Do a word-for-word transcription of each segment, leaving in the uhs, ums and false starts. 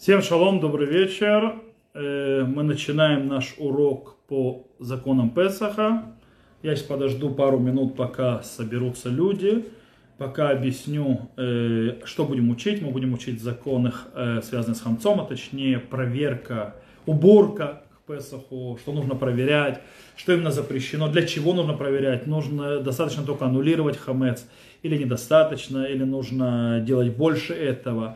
Всем шалом, добрый вечер. Мы начинаем наш урок по законам Песаха. Я сейчас подожду пару минут, пока соберутся люди. Пока объясню, что будем учить. Мы будем учить законы, связанные с хамцом, а точнее проверка, уборка к Песаху, что нужно проверять, что именно запрещено, для чего нужно проверять. Нужно достаточно только аннулировать хамец, или недостаточно, или нужно делать больше этого.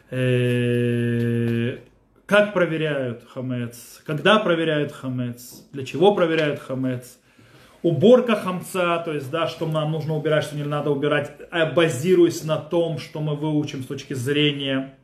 Как проверяют хамец, когда проверяют хамец, для чего проверяют хамец, уборка хамца, то есть, да, что нам нужно убирать, что не надо убирать, базируясь на том, что мы выучим с точки зрения,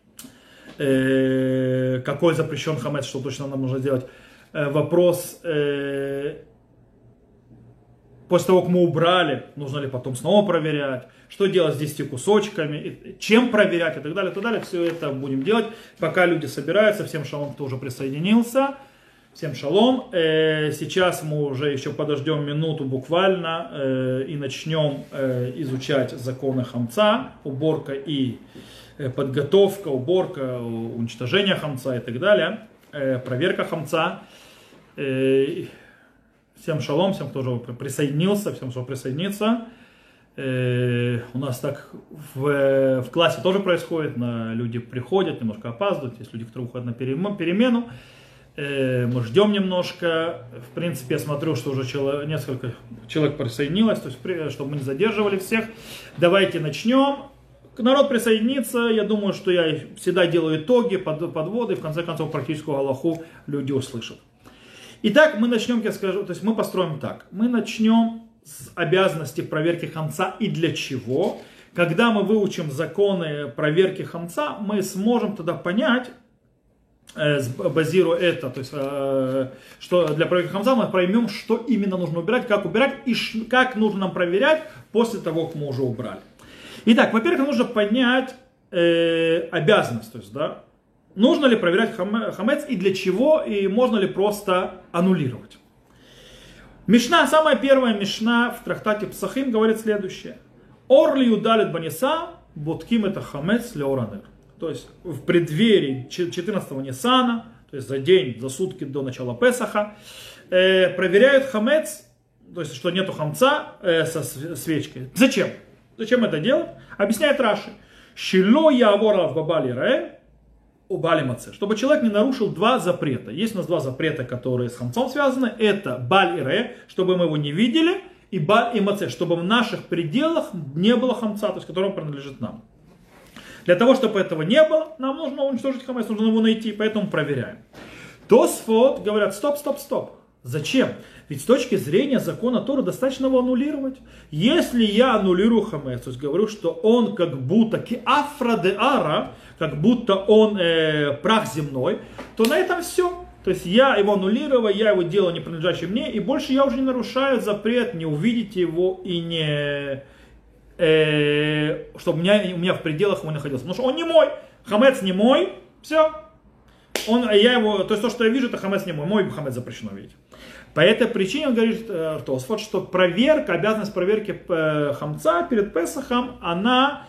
э, какой запрещен хамец, что точно нам нужно делать. Э, вопрос, э, после того, как мы убрали, нужно ли потом снова проверять, что делать с десятью кусочками, чем проверять и так далее, и так далее. Все это будем делать, пока люди собираются. Всем шалом, кто уже присоединился. Всем шалом. Сейчас мы уже еще подождем минуту буквально и начнем изучать законы хамца, уборка и подготовка, уборка, уничтожение хамца и так далее, проверка хамца. Всем шалом, всем, кто уже присоединился, всем, кто присоединится. Э, у нас так в, в классе тоже происходит, на, люди приходят, немножко опаздывают, есть люди, которые уходят на перемену. Э, мы ждем немножко. В принципе, я смотрю, что уже человек, несколько человек присоединилось, то есть, чтобы мы не задерживали всех. Давайте начнем. Народ присоединится. Я думаю, что я всегда делаю итоги, под, подводы, и в конце концов практическую галаху люди услышат. Итак, мы начнем, я скажу, то есть мы построим так. Мы начнем с обязанности проверки хамца и для чего. Когда мы выучим законы проверки хамца, мы сможем тогда понять, э, базируя это, то есть, э, что для проверки хамца мы поймем, что именно нужно убирать, как убирать и ш, как нужно нам проверять после того, как мы уже убрали. Итак, во-первых, нужно понять э, обязанность, то есть, да, нужно ли проверять хамец и для чего, и можно ли просто аннулировать. Мишна, самая первая мишна в трактате Псахим говорит следующее. Орли юдалит баниса, ботким это хамец леоранер. То есть в преддверии четырнадцатого Нисана, то есть за день, за сутки до начала Песаха, э, проверяют хамец, то есть что нету хамца э, со свечкой. Зачем? Зачем это делать? Объясняет Раши. Шило яворав бабали раэ, убали маце, чтобы человек не нарушил два запрета. Есть у нас два запрета, которые с хамцом связаны. Это баль и ре, чтобы мы его не видели, и баль и маце, чтобы в наших пределах не было хамца, то есть которому принадлежит нам. Для того, чтобы этого не было, нам нужно уничтожить хамец, нужно его найти, поэтому проверяем. Тосфот говорят, стоп, стоп, стоп. Зачем? Ведь с точки зрения закона Торы достаточно его аннулировать. Если я аннулирую хамец, то есть говорю, что он как будто киафра де ара, как будто он э, прах земной, то на этом все. То есть я его аннулирую, я его делаю не принадлежащим мне, и больше я уже не нарушаю запрет, не увидеть его и не... Э, чтобы у меня, у меня в пределах его находился. Потому что он не мой, хамец не мой, все. Он, я его, то есть то, что я вижу, это хамец не мой, мой хамец запрещено видеть. По этой причине он говорит, Тосфот, что проверка, обязанность проверки хамца перед Песахом, она,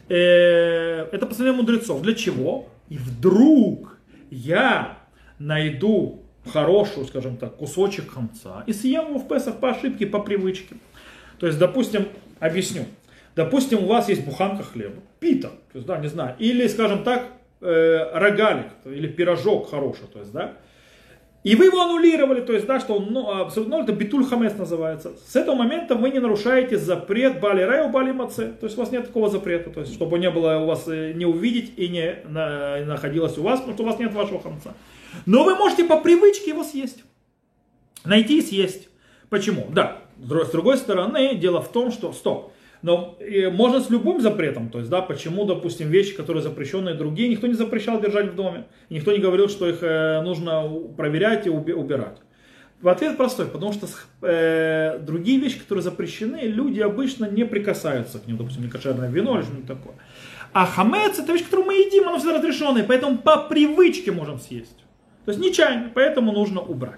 э, это постановление мудрецов. Для чего? И вдруг я найду хорошую, скажем так, кусочек хамца и съем его в Песах по ошибке, по привычке. То есть, допустим, объясню. Допустим, у вас есть буханка хлеба, пита, то есть, да, не знаю, или, скажем так, э, рогалик, или пирожок хороший, то есть, да. И вы его аннулировали, то есть, да, что он, ну, абсолютно, это битуль хамец называется. С этого момента вы не нарушаете запрет бали раю, бали маце. То есть у вас нет такого запрета, то есть, чтобы не было у вас, не увидеть и не на, находилось у вас, потому что у вас нет вашего хамца. Но вы можете по привычке его съесть. Найти и съесть. Почему? Да, с другой стороны, дело в том, что, стоп. Но можно с любым запретом, то есть, да, почему, допустим, вещи, которые запрещенные другие, никто не запрещал держать в доме, никто не говорил, что их э, нужно проверять и убирать. Ответ простой, потому что э, другие вещи, которые запрещены, люди обычно не прикасаются к ним, допустим, некошерное вино или что-нибудь такое. А хамец это вещь, которую мы едим, она всегда разрешенная, поэтому по привычке можем съесть. То есть нечаянно, поэтому нужно убрать.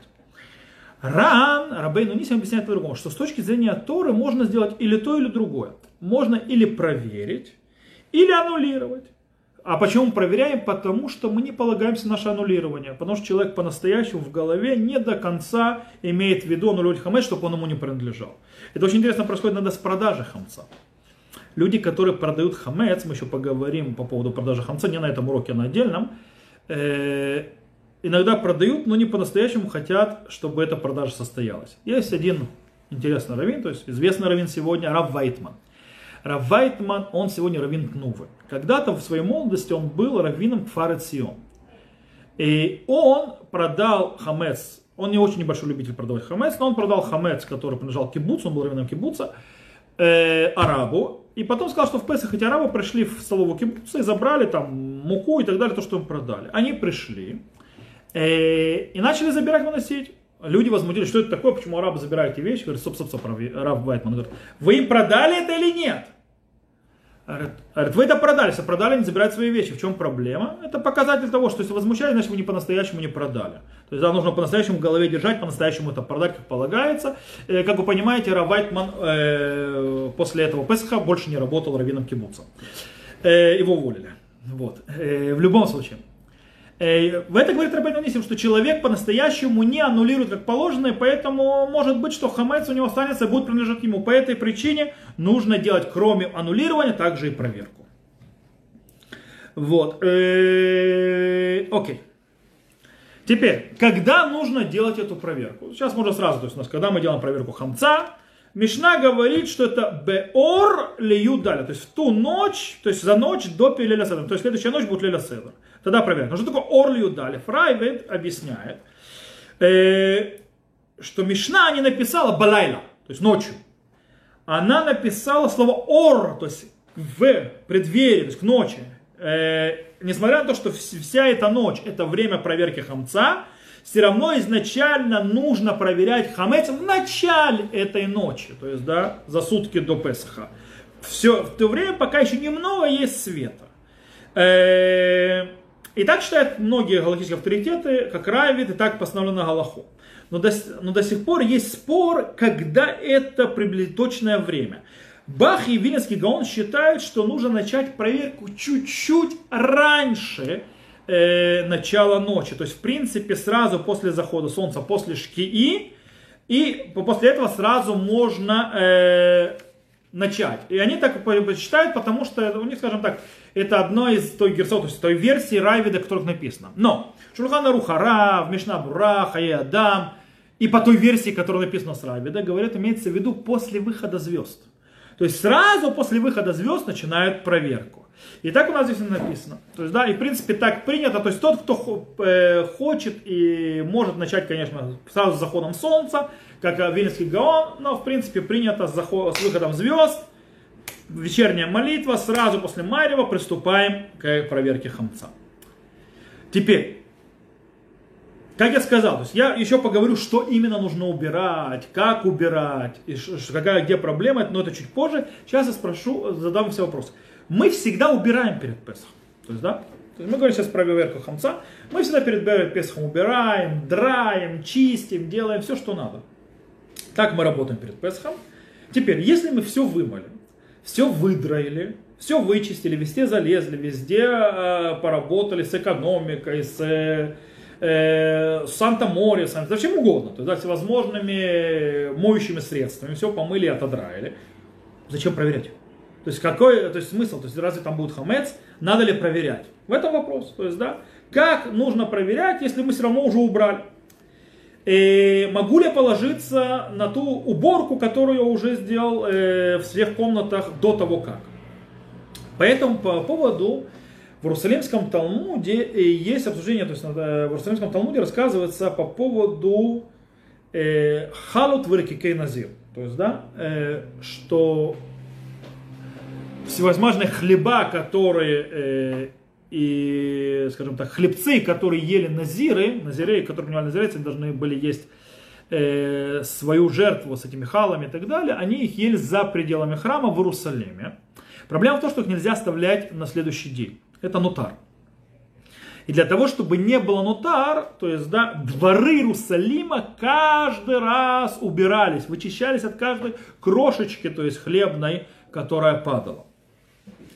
Ран, Рабейну Нисим объясняет по-другому, что с точки зрения Торы можно сделать или то, или другое. Можно или проверить, или аннулировать. А почему мы проверяем? Потому что мы не полагаемся на наше аннулирование. Потому что человек по-настоящему в голове не до конца имеет в виду аннулировать хамец, чтобы он ему не принадлежал. Это очень интересно происходит иногда с продажей хамца. Люди, которые продают хамец, мы еще поговорим по поводу продажи хамца, не на этом уроке, а на отдельном, э, иногда продают, но не по-настоящему хотят, чтобы эта продажа состоялась. Есть один интересный раввин, то есть известный раввин сегодня, Рав Вайтман. Рав Вайтман, он сегодня раввин Кнувы. Когда-то в своей молодости он был раввином Кфар Эцион. И он продал хамец, он не очень небольшой любитель продавать хамец, но он продал хамец, который принадлежал кибуцу, он был раввином кибуца, э, арабу. И потом сказал, что в Песах эти арабы пришли в столовую кибуца и забрали там муку и так далее, то, что им продали. Они пришли э, и начали забирать, выносить. Люди возмутились, что это такое, почему арабы забирают эти вещи. Говорит, стоп, стоп, стоп, Рав Вайтман говорит, вы им продали это или нет? Говорит, вы это продали, если продали, они забирают свои вещи. В чем проблема? Это показатель того, что если возмущались, значит вы не по-настоящему не продали. То есть да, нужно по-настоящему в голове держать, по-настоящему это продать, как полагается. И, как вы понимаете, Рав Вайтман э, после этого Песаха больше не работал раввином кибуца. Э, его уволили. Вот. Э, в любом случае. Э, в это говорит Рабейну Нисим, что человек по-настоящему не аннулирует как положено, и поэтому может быть, что хамец у него останется и будет принадлежать ему. По этой причине нужно делать, кроме аннулирования, также и проверку. Вот. Э, окей. Теперь, когда нужно делать эту проверку? Сейчас можно сразу, то есть у нас, когда мы делаем проверку хамца, Мишна говорит, что это беор лию даля, то есть в ту ночь, то есть за ночь до Лейля Седер, то есть следующая ночь будет Лейля Седер. Тогда проверим. Но что такое ор лию даля? Фрайвед объясняет, э, что Мишна не написала балайла, то есть ночью. Она написала слово ор, то есть в преддверии, то есть к ночи. Э, несмотря на то, что вся эта ночь это время проверки хамца, все равно изначально нужно проверять хамец в начале этой ночи, то есть да, за сутки до Песаха. Все, в то время, пока еще немного есть света. Э, и так считают многие галахические авторитеты, как Равид, и так постановлено Галаху. Но до, но до сих пор есть спор, когда это приблизительно точное время. Бах и Вильнинский Гаон считают, что нужно начать проверку чуть-чуть раньше э, начала ночи. То есть, в принципе, сразу после захода солнца, после шкии, и после этого сразу можно э, начать. И они так считают, потому что у них, скажем так, это одно из той герсот, то есть той версии Равида, о которых написано. Но Шульхан Арух Ара, Мишна Бура, Хае Адам, и по той версии, которая написана с Равида, говорят, имеется в виду после выхода звезд. То есть сразу после выхода звезд начинают проверку. И так у нас здесь написано. То есть, да, и в принципе так принято. То есть тот, кто э, хочет и может начать, конечно, сразу с заходом солнца, как Вильнинский Гаон, но в принципе принято с, заход, с выходом звезд, вечерняя молитва, сразу после Майрева приступаем к проверке хамца. Теперь, как я сказал, то есть я еще поговорю, что именно нужно убирать, как убирать, и какая, где проблема, но это чуть позже. Сейчас я спрошу, задам все вопросы. Мы всегда убираем перед Песахом. То есть, да? То есть мы говорим сейчас про проверку хамца. Мы всегда перед Песахом убираем, драем, чистим, делаем все, что надо. Так мы работаем перед Песахом. Теперь, если мы все вымыли, все выдраили, все вычистили, везде залезли, везде э, поработали с экономикой, с... Э, Э, Санта-Море, со чем угодно, то есть да, всевозможными моющими средствами, все помыли и отодраили. Зачем проверять? То есть какой то есть, смысл? То есть разве там будет хамец? Надо ли проверять? В этом вопрос. То есть, да, как нужно проверять, если мы все равно уже убрали? И могу ли я положиться на ту уборку, которую я уже сделал э, в всех комнатах до того как? Поэтому по поводу в Иерусалимском Талмуде есть обсуждение, то есть в Иерусалимском Талмуде рассказывается по поводу э, халут выркикей назир. То есть, да, э, что всевозможные хлеба, которые э, и, скажем так, хлебцы, которые ели назиры, назиры, которые принимали назирейцы, должны были есть э, свою жертву с этими халами и так далее, они их ели за пределами храма в Иерусалиме. Проблема в том, что их нельзя оставлять на следующий день. Это нутар. И для того, чтобы не было нутар, то есть, да, дворы Иерусалима каждый раз убирались, вычищались от каждой крошечки, то есть хлебной, которая падала.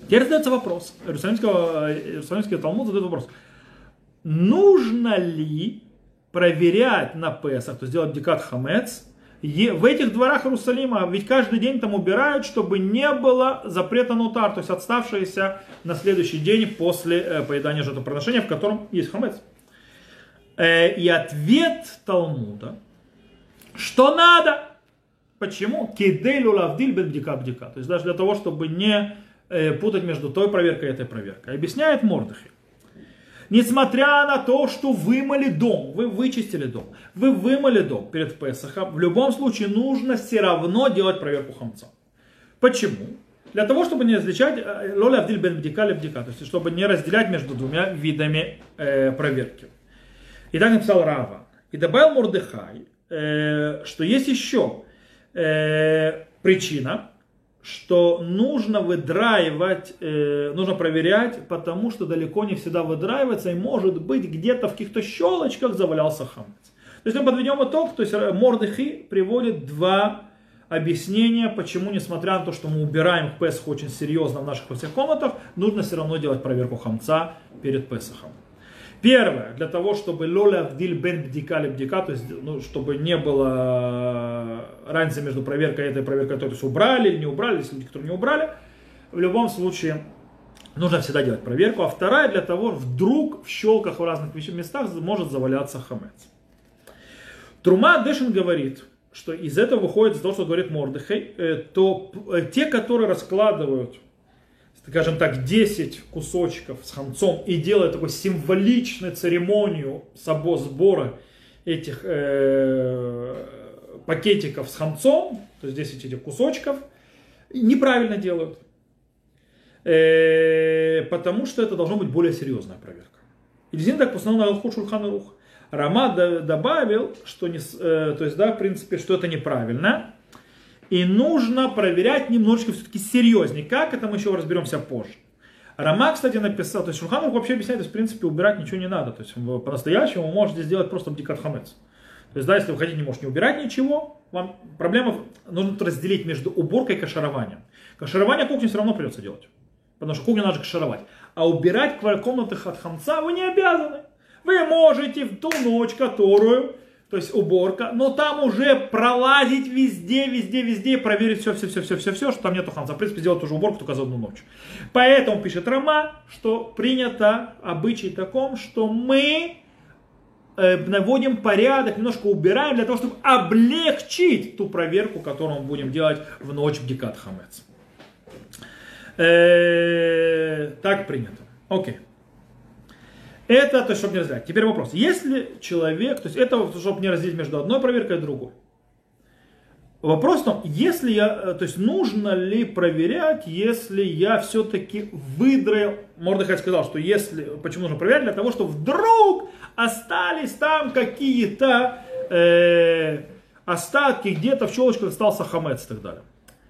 Теперь задается вопрос, Иерусалимский Талмуд задает вопрос, нужно ли проверять на Песах, то есть делать бдикат хамец, в этих дворах Иерусалима, ведь каждый день там убирают, чтобы не было запрета нутар, то есть отставшиеся на следующий день после поедания жертвоприношения, в котором есть хамец. И ответ Талмуда, что надо. Почему? Кидейлю лавдиль бен бдика бдика. То есть даже для того, чтобы не путать между той проверкой и этой проверкой. Объясняет Мордехай. Несмотря на то, что вымыли дом, вы вычистили дом, вы вымыли дом перед Песахом, в любом случае нужно все равно делать проверку хамца. Почему? Для того, чтобы не различать лоля авдиль бен бдика или бдика, то есть чтобы не разделять между двумя видами э, проверки. И так написал Рава. И добавил Мордехай, э, что есть еще э, причина, что нужно выдраивать, э, нужно проверять, потому что далеко не всегда выдраивается, и может быть где-то в каких-то щелочках завалялся хамец. То есть мы подведем итог, то есть Мордехай приводит два объяснения, почему, несмотря на то, что мы убираем Песах очень серьезно в наших во всех комнатах, нужно все равно делать проверку хамца перед Песахом. Первое, для того, чтобы лоля авдиль бен бдика или бдика, то есть, ну, чтобы не было разницы между проверкой этой и проверкой той, то есть убрали или не убрали, если люди, которые не убрали, в любом случае нужно всегда делать проверку. А вторая, для того, вдруг в щелках в разных местах может заваляться хамец. Трума Дешин говорит, что из этого выходит, из того, что говорит Мордехай, то те, которые раскладывают, скажем так, десять кусочков с хамцом и делают такую символичную церемонию сбора этих э, пакетиков с хамцом, то есть десять этих кусочков, неправильно делают. Э, потому что это должна быть более серьезная проверка. И действительно так постановил на Алхут Шульхан Арух. Рама добавил, что, не, э, то есть, да, в принципе, что это неправильно. И нужно проверять немножечко все-таки серьезнее. Как это мы еще разберемся позже. Рама, кстати, написал, то есть Шульхан Арух вообще объясняет, то есть, в принципе, убирать ничего не надо. То есть по-настоящему вы можете сделать просто бдикат хамец. То есть, да, если вы хотите, не можете не убирать ничего, вам проблема, нужно разделить между уборкой и кашарованием. Кашарование кухни все равно придется делать. Потому что кухню надо кашаровать. А убирать в комнатах от хамца вы не обязаны. Вы можете в ту ночь, которую, то есть уборка, но там уже пролазить везде, везде, везде и проверить все, все, все, все, все, все, что там нету хамца. В принципе, сделать уже уборку только за одну ночь. Поэтому пишет Рама, что принято обычай таком, что мы э, наводим порядок, немножко убираем для того, чтобы облегчить ту проверку, которую мы будем делать в ночь бдикат хамец. Э, так принято. Окей. Это, то есть, чтобы не разделять. Теперь вопрос. Если человек, то есть это, чтобы не разделить между одной проверкой и другой. Вопрос в том, если я, то есть нужно ли проверять, если я все-таки выдраил, Мордехай сказал, что если, почему нужно проверять, для того, чтобы вдруг остались там какие-то э, остатки, где-то в щелочках остался хамец и так далее.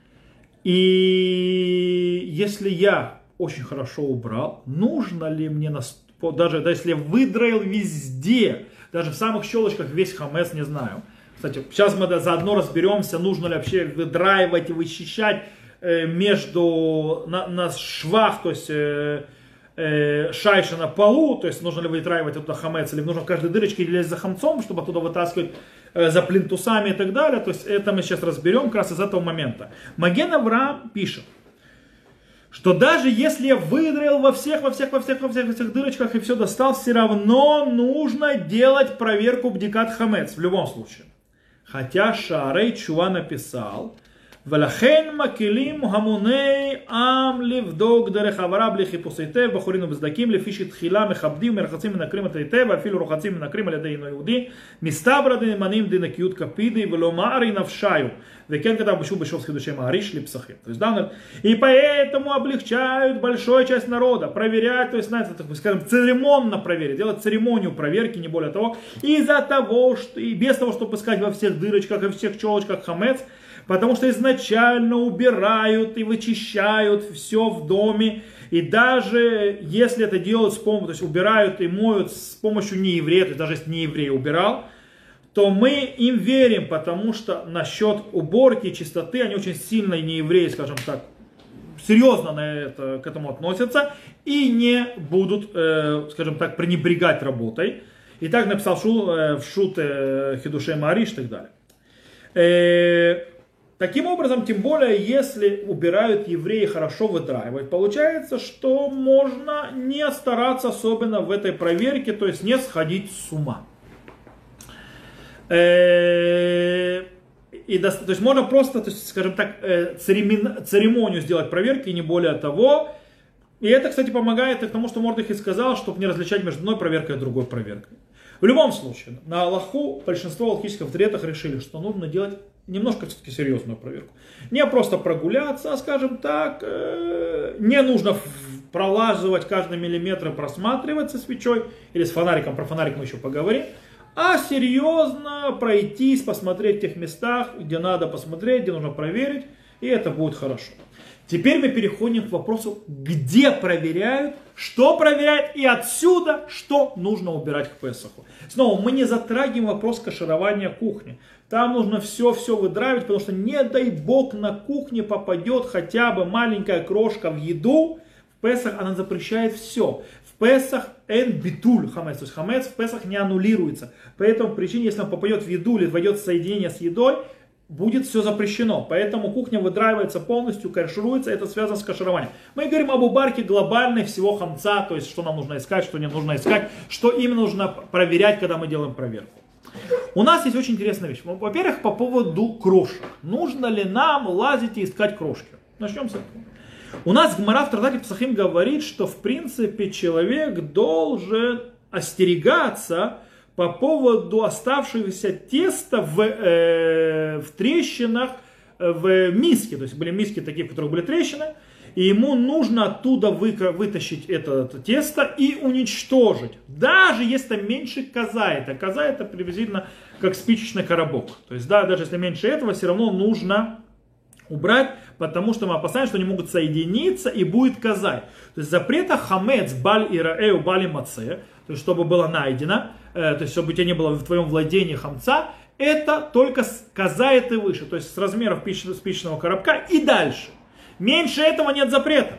И если я очень хорошо убрал, нужно ли мне настолько, даже да, если я выдраил везде, даже в самых щелочках весь хамец, не знаю. Кстати, сейчас мы да, заодно разберемся, нужно ли вообще выдраивать и вычищать э, между, на, на швах, то есть э, э, шайша на полу, то есть нужно ли вытраивать оттуда хамец, или нужно в каждой дырочке лезть за хамцом, чтобы оттуда вытаскивать э, за плинтусами и так далее. То есть это мы сейчас разберем как раз из этого момента. Маген Авраам пишет, что даже если я выдраил во всех, во всех, во всех, во всех, во всех дырочках и все достал, все равно нужно делать проверку бдикат хамец в любом случае. Хотя Шаарей Тшува написал, ולכן מקלים המוני עם לבדוק דרך עברה בלי חיפוש היטב, בחורים ובסדקים, לפי שתחילה מכבדים ומרחצים מנקרים את היטב, ואפילו רוחצים מנקרים על ידי אינו יהודי, מסתברא דנאמנים דנקיות קפידי ולא מערי נפשיו, וכן כתב בשוב בשוב חידושי מעריש לפסחים. То есть, да, и поэтому облегчают большую часть народа, проверяют, то есть, знаете, так, скажем, церемонно проверить, делать церемонию проверки, не более того, из-за того, что, и без того, чтобы искать во всех дырочках и всех челочках хамец, потому что изначально убирают и вычищают все в доме. И даже если это делают с помощью, то есть убирают и моют с помощью нееврея, то есть даже если нееврей убирал, то мы им верим, потому что насчет уборки и чистоты они очень сильно, неевреи, скажем так, серьезно на это, к этому относятся и не будут, э, скажем так, пренебрегать работой. И так написал шу, э, в шут э, Хидушей Маариш и так далее. Э, таким образом, тем более, если убирают евреи хорошо выдраивать, получается, что можно не стараться особенно в этой проверке, то есть не сходить с ума. Э, И, то есть можно просто, то есть, скажем так, церемонию сделать проверки, и не более того. И это, кстати, помогает и к тому, что Мордехай сказал, чтобы не различать между одной проверкой и другой проверкой. В любом случае, на Аллаху большинство аллахических авторитетов решили, что нужно делать немножко все-таки серьезную проверку. Не просто прогуляться, а, скажем так, не нужно пролаживать каждый миллиметр и просматривать со свечой, или с фонариком, про фонарик мы еще поговорим. А серьезно пройтись, посмотреть в тех местах, где надо посмотреть, где нужно проверить, и это будет хорошо. Теперь мы переходим к вопросу, где проверяют, что проверяют, и отсюда, что нужно убирать к Песаху. Снова, мы не затрагиваем вопрос каширования кухни. Там нужно все-все выдраивать, потому что не дай бог на кухне попадет хотя бы маленькая крошка в еду. В Песах она запрещает все. В Песах эн битуль хамец, то есть хамец в Песах не аннулируется. По этому причине, если он попадет в еду или войдет в соединение с едой, будет все запрещено. Поэтому кухня выдраивается полностью, кашируется, это связано с кашированием. Мы говорим об уборке глобальной всего хамца, то есть что нам нужно искать, что не нужно искать, что именно нужно проверять, когда мы делаем проверку. У нас есть очень интересная вещь. Во-первых, по поводу крошек. Нужно ли нам лазить и искать крошки? Начнем с этого. У нас Гемара в трактате Псахим говорит, что в принципе человек должен остерегаться по поводу оставшегося теста в, э, в трещинах в миске. То есть были миски такие, в которых были трещины. И ему нужно оттуда вы, вытащить это, это тесто и уничтожить. Даже если там меньше казаита. Казаита приблизительно как спичечный коробок. То есть да, даже если меньше этого, все равно нужно убрать, потому что мы опасаемся, что они могут соединиться и будет казай. То есть запрета хамец, баль и раэу, баль и маце, то есть чтобы было найдено, э, то есть чтобы у тебя не было в твоем владении хамца, это только с казаиты выше, то есть с размеров спичечного коробка и дальше. Меньше этого нет запрета.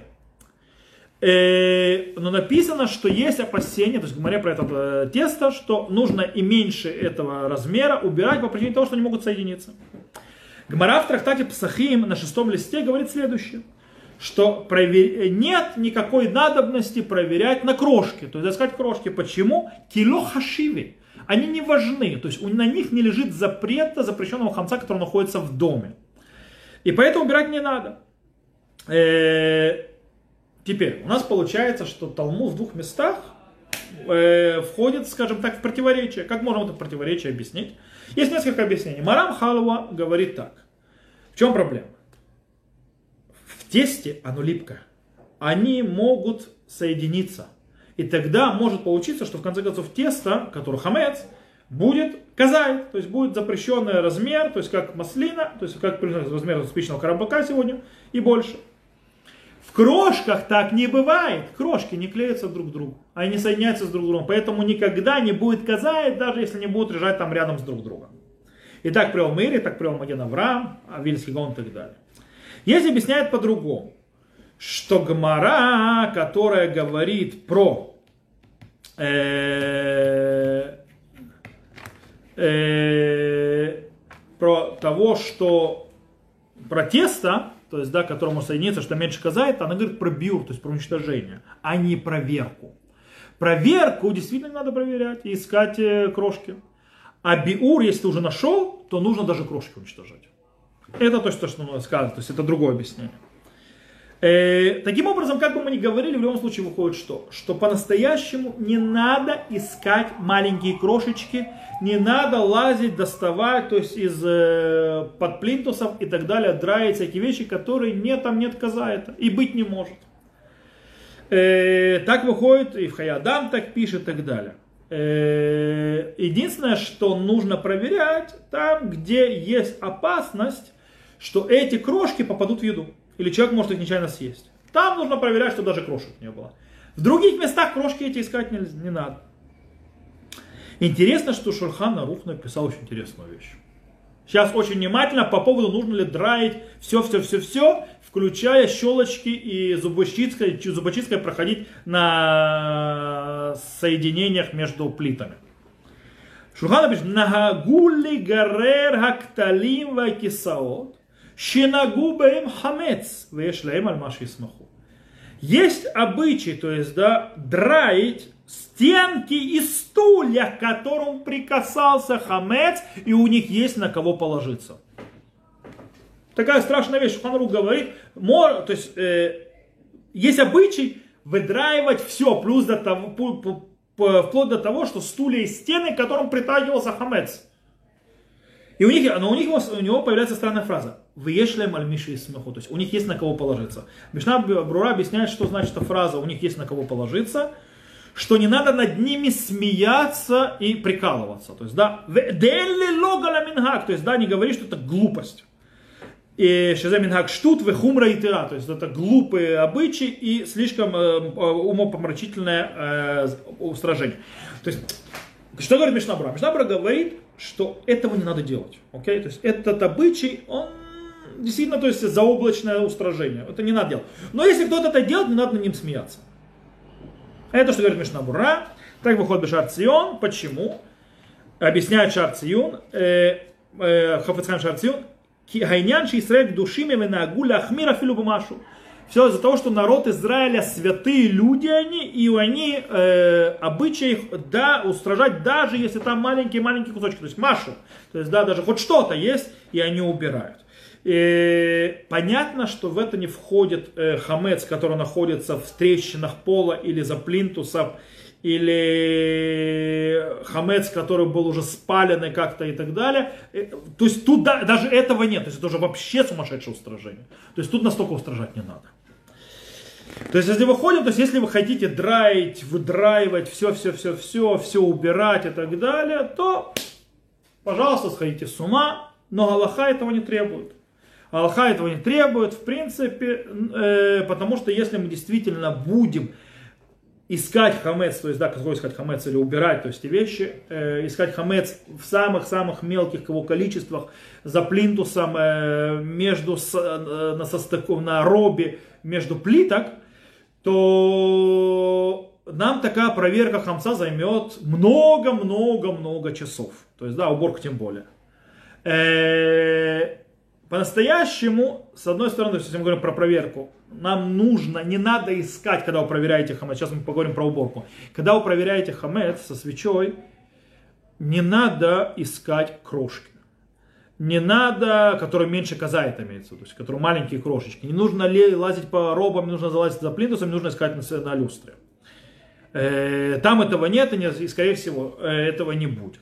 Э, но написано, что есть опасения, то есть говоря про это э, тесто, что нужно и меньше этого размера убирать по причине того, что они могут соединиться. Гемара в трактате Псахим на шестом листе говорит следующее, что провер... нет никакой надобности проверять на крошки, то есть искать крошки. Почему? Кило хашиви. Они не важны, то есть на них не лежит запрета запрещенного хамца, который находится в доме. И поэтому убирать не надо. Э-э- теперь у нас получается, что Талмуд в двух местах э- входит, скажем так, в противоречие. Как можем это противоречие объяснить? Есть несколько объяснений. Марам Халва говорит так. В чем проблема? В тесте оно липкое. Они могут соединиться. И тогда может получиться, что в конце концов тесто, которое хамец, будет казай, то есть будет запрещенный размер, то есть как маслина, то есть как размер спичного коробка сегодня и больше. В крошках так не бывает. Крошки не клеятся друг к другу, они не соединяются с друг другом. Поэтому никогда не будет казай, даже если они будут лежать там рядом с друг другом. И так привел Мири, так привел Маген Авраам, Вильский Гаон и так далее. Есть объясняет по-другому, что Гемара, которая говорит про э, э, про того, что про тесто, то есть, да, к которому соединится, что меньше казает, она говорит про биур, то есть про уничтожение, а не проверку. Проверку действительно надо проверять и искать э, крошки. А биур, если ты уже нашел, то нужно даже крошки уничтожать. Это то, что нужно сказать, то есть это другое объяснение. Э, таким образом, как бы мы ни говорили, в любом случае выходит что? Что по-настоящему не надо искать маленькие крошечки, не надо лазить, доставать, то есть из э, под плинтусов и так далее, драить всякие вещи, которые нет, там нет казаита и быть не может. Э, так выходит, и в Хаядам так пишет и так далее. Э, единственное, что нужно проверять, там, где есть опасность, что эти крошки попадут в еду. Или человек может их нечаянно съесть. Там нужно проверять, что даже крошек не было. В других местах крошки эти искать не, не надо. Интересно, что Шульхан Арух написал очень интересную вещь. Сейчас очень внимательно по поводу, нужно ли драить все-все-все-все, включая щелочки и зубочисткой, зубочисткой проходить на соединениях между плитами. Шулхан пишет: «Нагагули гарер хакталим вакисаот, шинагу бэм хамец, вэшлэм аль-маши смаху». Есть обычай, то есть, да, драить стенки и стулья, к которым прикасался хамец, и у них есть на кого положиться. Такая страшная вещь. Шулхан Арух говорит, мор, то есть, э, есть обычай выдраивать все, плюс до того, по, по, по, вплоть до того, что стулья и стены, к которым притягивался хамец. И у них, но у, них, у него появляется странная фраза. «Вешлем аль-миши смеху». То есть у них есть на кого положиться. Мишна Брура объясняет, что значит эта фраза «у них есть на кого положиться», что не надо над ними смеяться и прикалываться. То есть, да, то есть, да, не говори, что это глупость. И шезе минхак штут вехумра и тира. То есть это глупые обычаи и слишком э, умопомрачительное э, устражение. То есть, что говорит Мишна Брура? Мишна Брура говорит, что этого не надо делать. Okay? То есть этот обычай, он действительно, то есть заоблачное устражение. Это не надо делать. Но если кто-то это делает, не надо над ним смеяться. Это что говорит Мишна Брура. Так выходит Шар Цион. Почему? Объясняет Шар Цион. Хафец Хаим Шар Цион. Хайнян шиисраэль душими венагуля ахмира филу машу. Все из-за того, что народ Израиля святые люди они, и они э, обычай да, устражать, даже если там маленькие-маленькие кусочки. То есть машу. То есть да, даже хоть что-то есть, и они убирают. И понятно, что в это не входит э, хамец, который находится в трещинах пола или за плинтусом, или хамец, который был уже спаленный как-то и так далее. То есть тут да, даже этого нет. То есть это уже вообще сумасшедшее устражение. То есть тут настолько устражать не надо. То есть если выходим, то есть если вы хотите драить, выдраивать, все-все-все-все, все убирать и так далее, то, пожалуйста, сходите с ума, но галаха этого не требует. Галаха этого не требует, в принципе, э, потому что если мы действительно будем искать хамец, то есть, да, какой искать хамец или убирать, то есть, эти вещи, э, искать хамец в самых-самых мелких его количествах, за плинтусом, э, между, э, на, состыков, на робе, между плиток, то нам такая проверка хамца займет много-много-много часов. То есть, да, уборка тем более. Э, по-настоящему, с одной стороны, если мы говорим про проверку, нам нужно, не надо искать, когда вы проверяете хамец. Сейчас мы поговорим про уборку. Когда вы проверяете хамец со свечой, не надо искать крошки. Не надо, которые меньше казает имеется, то есть, которые маленькие крошечки. Не нужно лазить по робам, не нужно залазить за плинтусом, не нужно искать на, на люстре. Э, там этого нет, и, скорее всего, этого не будет.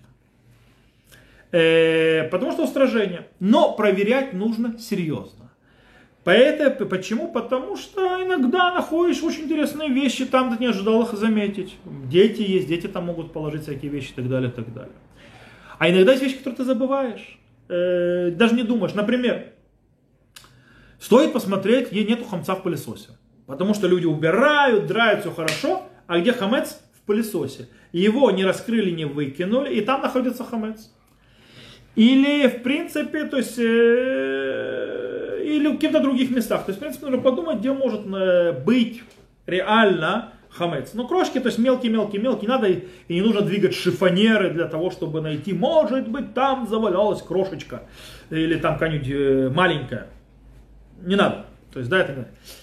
Э, потому что устражение. Но проверять нужно серьезно. Поэтому, почему? Потому что иногда находишь очень интересные вещи, там ты не ожидал их заметить. Дети есть, дети там могут положить всякие вещи и так далее, и так далее. А иногда есть вещи, которые ты забываешь. Э, даже не думаешь. Например, стоит посмотреть, ей нету хамца в пылесосе. Потому что люди убирают, драют, все хорошо. А где хамец? В пылесосе. Его не раскрыли, не выкинули, и там находится хамец. Или, в принципе, то есть, э, или в каких-то других местах. То есть, в принципе, нужно подумать, где может быть реально хамец. Но крошки, то есть мелкие-мелкие-мелкие, надо и не нужно двигать шифонеры для того, чтобы найти, может быть, там завалялась крошечка. Или там какая-нибудь маленькая. Не надо. То есть, да, это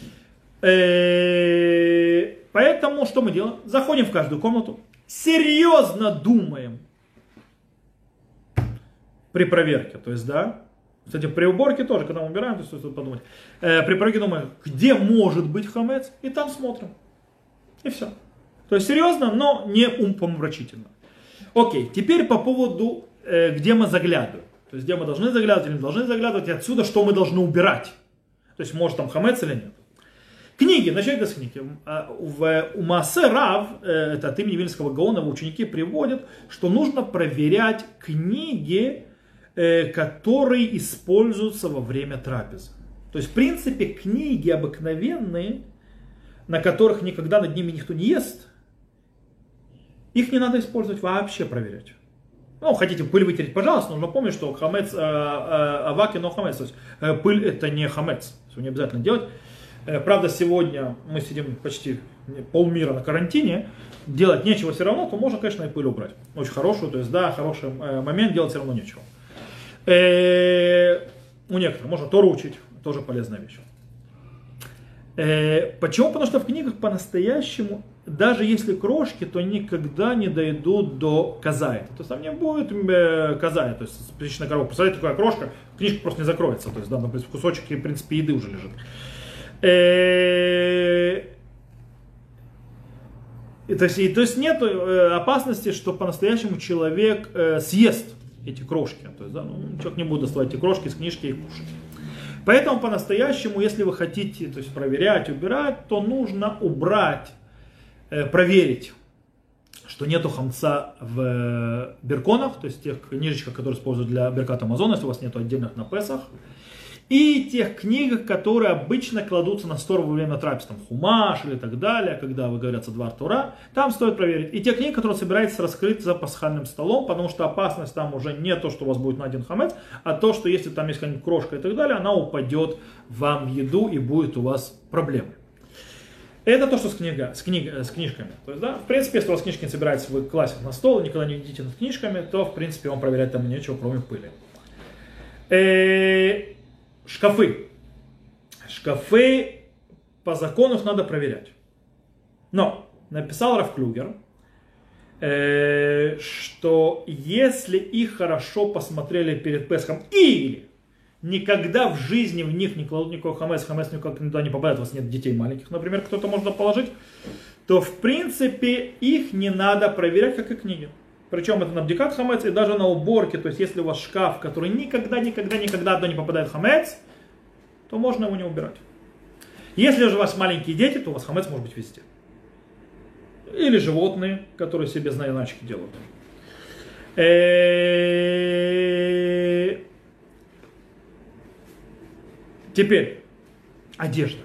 э, поэтому, что мы делаем? Заходим в каждую комнату, серьезно думаем при проверке, то есть, да, кстати, при уборке тоже, когда мы убираем, то есть, стоит подумать, э, при проверке думаем, где может быть хамец, и там смотрим, и все. То есть, серьезно, но не умопомрачительно. Окей, теперь по поводу, э, где мы заглядываем, то есть, где мы должны заглядывать или не должны заглядывать, и отсюда, что мы должны убирать, то есть, может там хамец или нет. Книги, начать с книги. В Умаасе Рав, это от имени Вильнского Гаона, ученики приводят, что нужно проверять книги, которые используются во время трапезы. То есть, в принципе, книги обыкновенные, на которых никогда над ними никто не ест, их не надо использовать, вообще проверять. Ну, хотите пыль вытереть, пожалуйста, нужно помнить, что хамец, э, э, аваки, но хамец. То есть э, пыль это не хамец, его не обязательно делать. Э, правда, сегодня мы сидим почти полмира на карантине, делать нечего все равно, то можно, конечно, и пыль убрать. Очень хорошую, то есть, да, хороший э, момент, делать все равно нечего. Э, у некоторых можно Тору учить, тоже полезная вещь. Э, почему? Потому что в книгах по-настоящему, даже если крошки, то никогда не дойдут до казаита. То есть там не будет э, казаита, то есть спичечная коробка. Представляете, такая крошка, книжка просто не закроется. То есть, да, например, кусочек, в принципе, еды уже лежит. Э, и, то, есть, и, то есть нет э, опасности, что по-настоящему человек э, съест эти крошки. То есть, да, ну, человек не будет доставать эти крошки из книжки и кушать. Поэтому по-настоящему, если вы хотите, то есть, проверять, убирать, то нужно убрать, э, проверить, что нету хамца в берконах, то есть тех книжечках, которые используют для беркат Амазона, если у вас нету отдельных на Песах, и тех книгах, которые обычно кладутся на стол во время трапез, там Хумаш или так далее, когда вы говорят Двар Тора, там стоит проверить. И те книги, которые собираетесь раскрыть за пасхальным столом, потому что опасность там уже не то, что у вас будет найден хамец, а то, что если там есть какая-нибудь крошка и так далее, она упадет вам в еду и будет у вас проблемы. Это то, что с, книга, с, книг, с книжками. То есть, да, в принципе, если у вас книжки не собираетесь, вы класть на стол, никогда не едите над книжками, то, в принципе, вам проверять там нечего, кроме пыли. Э-э- шкафы. Шкафы по закону их надо проверять. Но написал Рав Клюгер, э- что если их хорошо посмотрели перед Песхом или никогда в жизни в них не кладут никакой хамец, хамец никуда не попадает, у вас нет детей маленьких, например, кто-то можно положить, то в принципе их не надо проверять, как и книги. Причем это на бдикат хамец и даже на уборке, то есть если у вас шкаф, который никогда, никогда, никогда туда не попадает хамец, то можно его не убирать. Если же у вас маленькие дети, то у вас хамец может быть везде. Или животные, которые себе знаиначки делают. Теперь, одежда.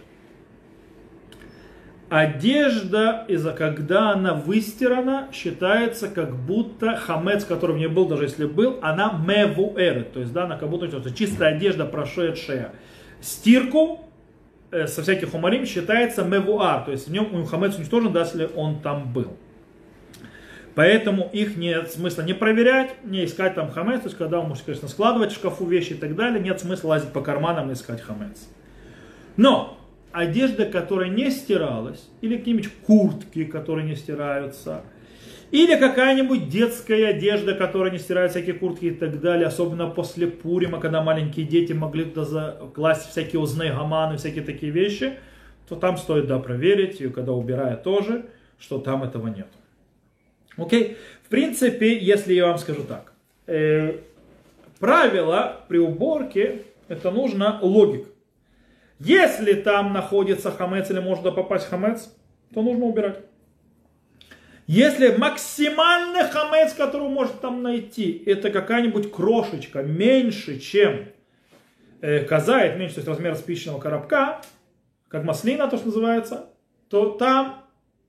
Одежда, из-за когда она выстирана, считается как будто хамец, который в ней был, даже если был, она мевуэрет, то есть, да, она как будто чистая одежда, прошедшая стирку, э, со всяких хумарим, считается мевуар, то есть в нем хамец уничтожен, даже если он там был. Поэтому их нет смысла не проверять, не искать там хамец, то есть когда вы можете, конечно, складывать в шкафу вещи и так далее, нет смысла лазить по карманам и искать хамец. Но одежда, которая не стиралась, или какие-нибудь куртки, которые не стираются, или какая-нибудь детская одежда, которая не стирает, всякие куртки и так далее, особенно после Пурима, когда маленькие дети могли туда класть всякие узны, гаманы, всякие такие вещи, то там стоит, да, проверить, и когда убирая тоже, что там этого нет. Окей? В принципе, если я вам скажу так, э, правило при уборке, это нужно логика. Если там находится хамец или может попасть хамец, то нужно убирать. Если максимальный хамец, который может там найти, это какая-нибудь крошечка меньше, чем э, казаит, меньше, то есть размер спичечного коробка, как маслина, то, что называется, то там,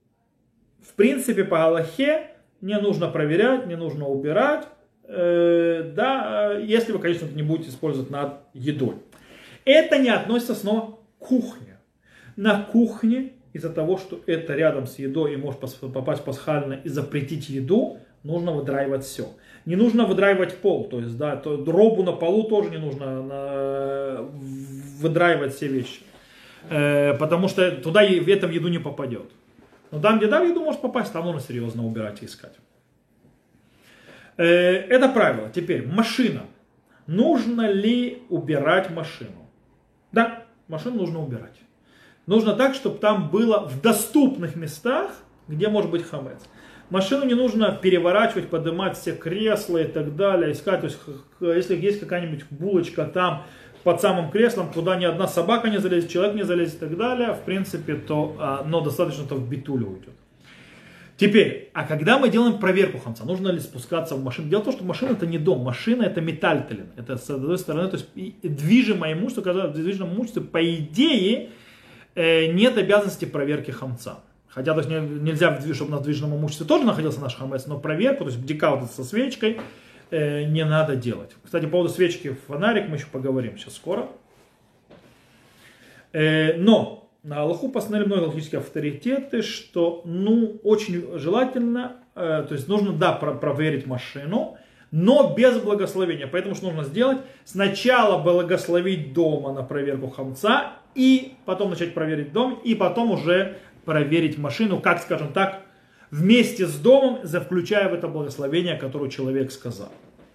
в принципе, по галахе не нужно проверять, не нужно убирать, э, да, если вы, конечно, не будете использовать над едой. Это не относится снова к кухне. На кухне, из-за того, что это рядом с едой и может попасть пасхально и запретить еду, нужно выдраивать все. Не нужно выдраивать пол, то есть, да, то дробу на полу тоже не нужно на, выдраивать все вещи. Э, потому что туда в этом еду не попадет. Но там, где да, в еду может попасть, там нужно серьезно убирать и искать. Э, это правило. Теперь машина. Нужно ли убирать машину? Да, машину нужно убирать. Нужно так, чтобы там было в доступных местах, где может быть хамец. Машину не нужно переворачивать, поднимать все кресла и так далее, искать. То есть, если есть какая-нибудь булочка там под самым креслом, куда ни одна собака не залезет, человек не залезет и так далее, в принципе, то но достаточно то в битулю уйдет. Теперь, а когда мы делаем проверку хамца, нужно ли спускаться в машину? Дело в том, что машина это не дом, машина это метальтелин. Это с одной стороны, то есть движимое имущество, когда в движимом имуществе, по идее, нет обязанности проверки хамца. Хотя то есть, нельзя, чтобы на движимом имуществе тоже находился наш хамец, но проверку, то есть бдика вот со свечкой, э, не надо делать. Кстати, по поводу свечки фонарик мы еще поговорим сейчас скоро. Э, но на Аллаху постановили многие галактические авторитеты, что ну, очень желательно, э, то есть нужно, да, про- проверить машину, но без благословения. Поэтому что нужно сделать? Сначала благословить дома на проверку хамца, и потом начать проверить дом, и потом уже проверить машину, как, скажем так, вместе с домом, включая в это благословение, которое человек сказал.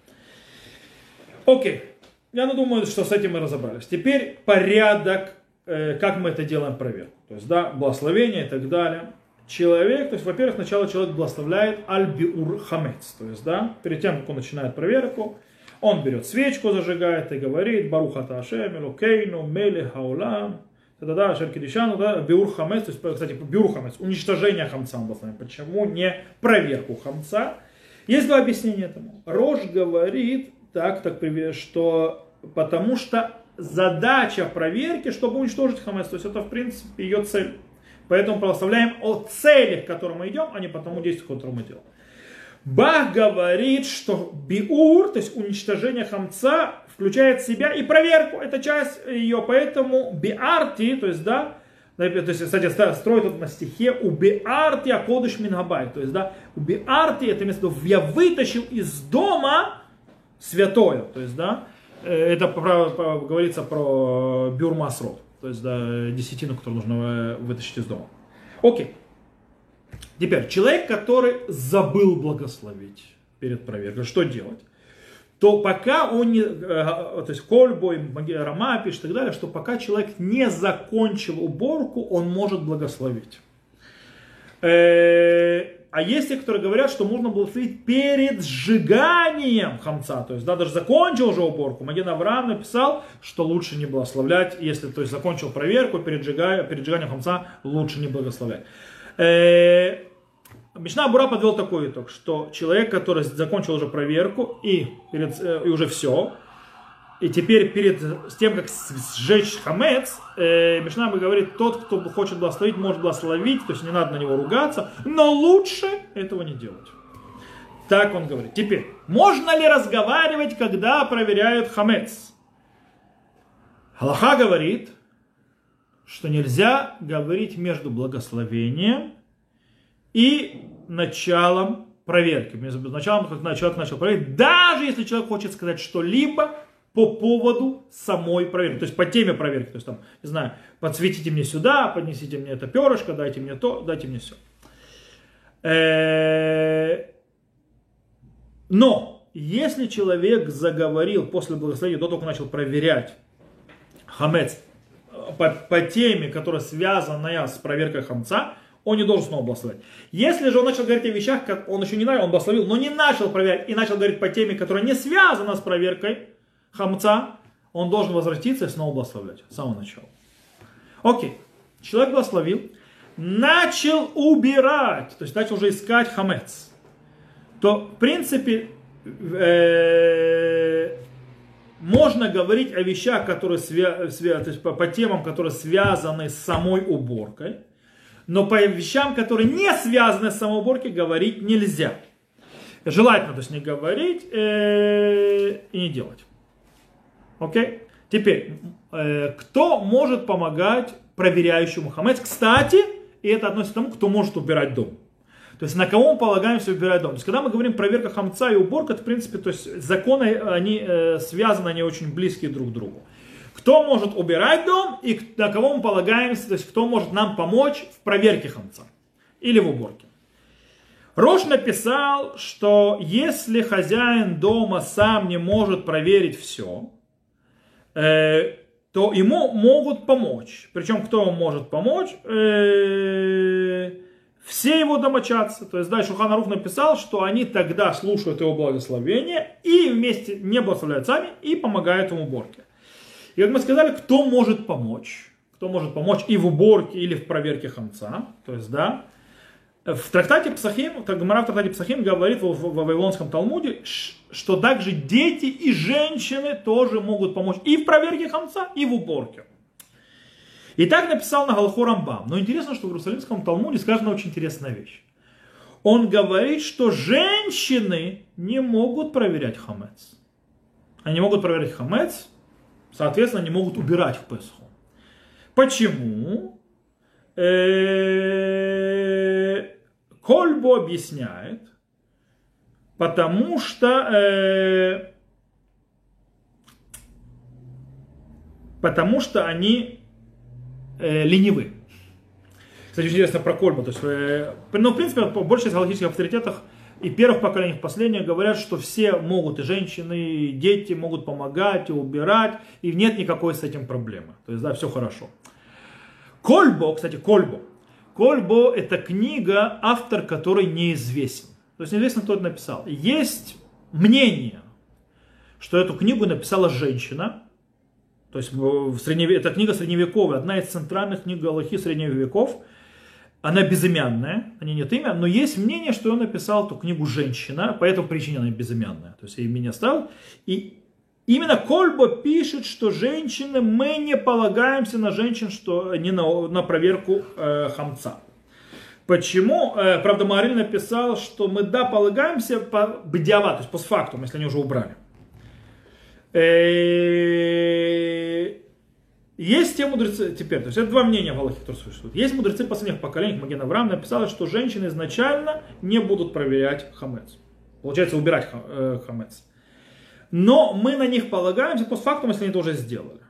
Окей. Я думаю, что с этим мы разобрались. Теперь порядок, э, как мы это делаем, проверку. То есть, да, благословение и так далее. Человек, то есть, во-первых, сначала человек благословляет аль-биур хамец. То есть, да, перед тем, как он начинает проверку, он берет свечку, зажигает и говорит: Барух ата Ашем, Элокейну, Мелех хаолам, да, Шеркидишану, да, биур хамец, то есть, кстати, биур хамец, уничтожение хамца он благословляет. Почему не проверку хамца? Есть два объяснения этому. Рош говорит так, так, что потому что задача проверки, чтобы уничтожить хамец, то есть это, в принципе, ее цель. Поэтому прославляем о цели, к которой мы идем, а не по тому действию, которое мы делаем. Бах говорит, что биур, то есть уничтожение хамца, включает в себя и проверку. Это часть ее, поэтому биарти, то есть, да, то есть, кстати, строит это на стихе у биарти акодыш мингабай, то есть, да, у биарти, это место, я вытащил из дома святое, то есть, да, это про, про, говорится про бюр масрот. То есть, да, десятину, которую нужно вытащить из дома. Окей. Теперь, человек, который забыл благословить перед проверкой, что делать? То пока он не, то есть, Кольбой, Рама пишет и так далее, что пока человек не закончил уборку, он может благословить. А есть те, которые говорят, что можно благословить перед сжиганием хамца. То есть, да, даже закончил уже уборку. Маген Авраам написал, что лучше не благословлять. Если, то есть, закончил проверку, перед, сжига... перед сжиганием хамца лучше не благословлять. Э... Мишна Бура подвел такой итог, что человек, который закончил уже проверку и, перед... и уже все, и теперь перед тем, как сжечь хамец, э, Мишна говорит, тот, кто хочет благословить, может благословить, то есть не надо на него ругаться, но лучше этого не делать. Так он говорит. Теперь, можно ли разговаривать, когда проверяют хамец? Галаха говорит, что нельзя говорить между благословением и началом проверки. Между началом, как человек начал проверить, даже если человек хочет сказать что-либо по поводу самой проверки, то есть по теме проверки, то есть там, не знаю, подсветите мне сюда, поднесите мне это перышко, дайте мне то, дайте мне все. Но если человек заговорил после благословения, до того, как начал проверять хамец по, по теме, которая связана с проверкой хамца, он не должен снова благословлять. Если же он начал говорить о вещах, как он еще не начал, он благословил, но не начал проверять и начал говорить по теме, которая не связана с проверкой хамца, он должен возвратиться и снова благословлять с самого начала. Окей. Человек благословил, начал убирать, то есть начал уже искать хамец. То, в принципе, э, можно говорить о вещах, которые свя- свя- то есть по, по темам, которые связаны с самой уборкой, но по вещам, которые не связаны с самой уборкой, говорить нельзя. Желательно, то есть не говорить э, и не делать. Окей? Теперь, э, кто может помогать проверяющему хамец? Кстати, и это относится к тому, кто может убирать дом. То есть на кого мы полагаемся убирать дом. То есть когда мы говорим проверка хамца и уборка, это в принципе, то есть законы, они э, связаны, они очень близкие друг к другу. Кто может убирать дом и на кого мы полагаемся, то есть кто может нам помочь в проверке хамца или в уборке. Рош написал, что если хозяин дома сам не может проверить все, э, то ему могут помочь. Причем кто ему может помочь? Э, все его домочадцы. То есть дальше Шулхан Арух написал, что они тогда слушают его благословение и вместе не благословляют сами и помогают ему в уборке. И как мы сказали, кто может помочь? Кто может помочь и в уборке, или в проверке хамца? То есть, да. В трактате Псахим, Гемара в трактате Псахим говорит в, в, в Вавилонском Талмуде, что также дети и женщины тоже могут помочь и в проверке хамца, и в уборке. И так написал на Галаху Рамбам. Но интересно, что в Иерусалимском Талмуде сказана очень интересная вещь. Он говорит, что женщины не могут проверять хамец. Они могут проверять хамец, соответственно, они могут убирать в Песху. Почему? Кольбо объясняет, потому что, потому что они ленивы. Кстати, очень интересно про Кольбо. То есть, ну, в принципе, больше из галактических авторитетов и первых поколений, и последних говорят, что все могут, и женщины, и дети могут помогать, и убирать, и нет никакой с этим проблемы. То есть, да, все хорошо. Кольбо, кстати, Кольбо. Кольбо — это книга, автор которой неизвестен. То есть, неизвестно, кто это написал. Есть мнение, что эту книгу написала женщина. То есть, в средневе... это книга средневековая, одна из центральных книг галахи средних веков. Она безымянная, на ней нет имя, но есть мнение, что он написал эту книгу женщина, по этой причине она безымянная. То есть я имя не оставил. И именно Кольбо пишет, что женщины, мы не полагаемся на женщин, что не на, на проверку э, хамца. Почему? Э, правда, Маориль написал, что мы да полагаемся по бдиава, то есть постфактум, если они уже убрали. Э, Есть те мудрецы, теперь, то есть это два мнения в галахе, которые существуют. Есть мудрецы последних поколений, Маген Авраам написал, что женщины изначально не будут проверять хамец. Получается, убирать хамец. Но мы на них полагаемся постфактум, если они это уже сделали.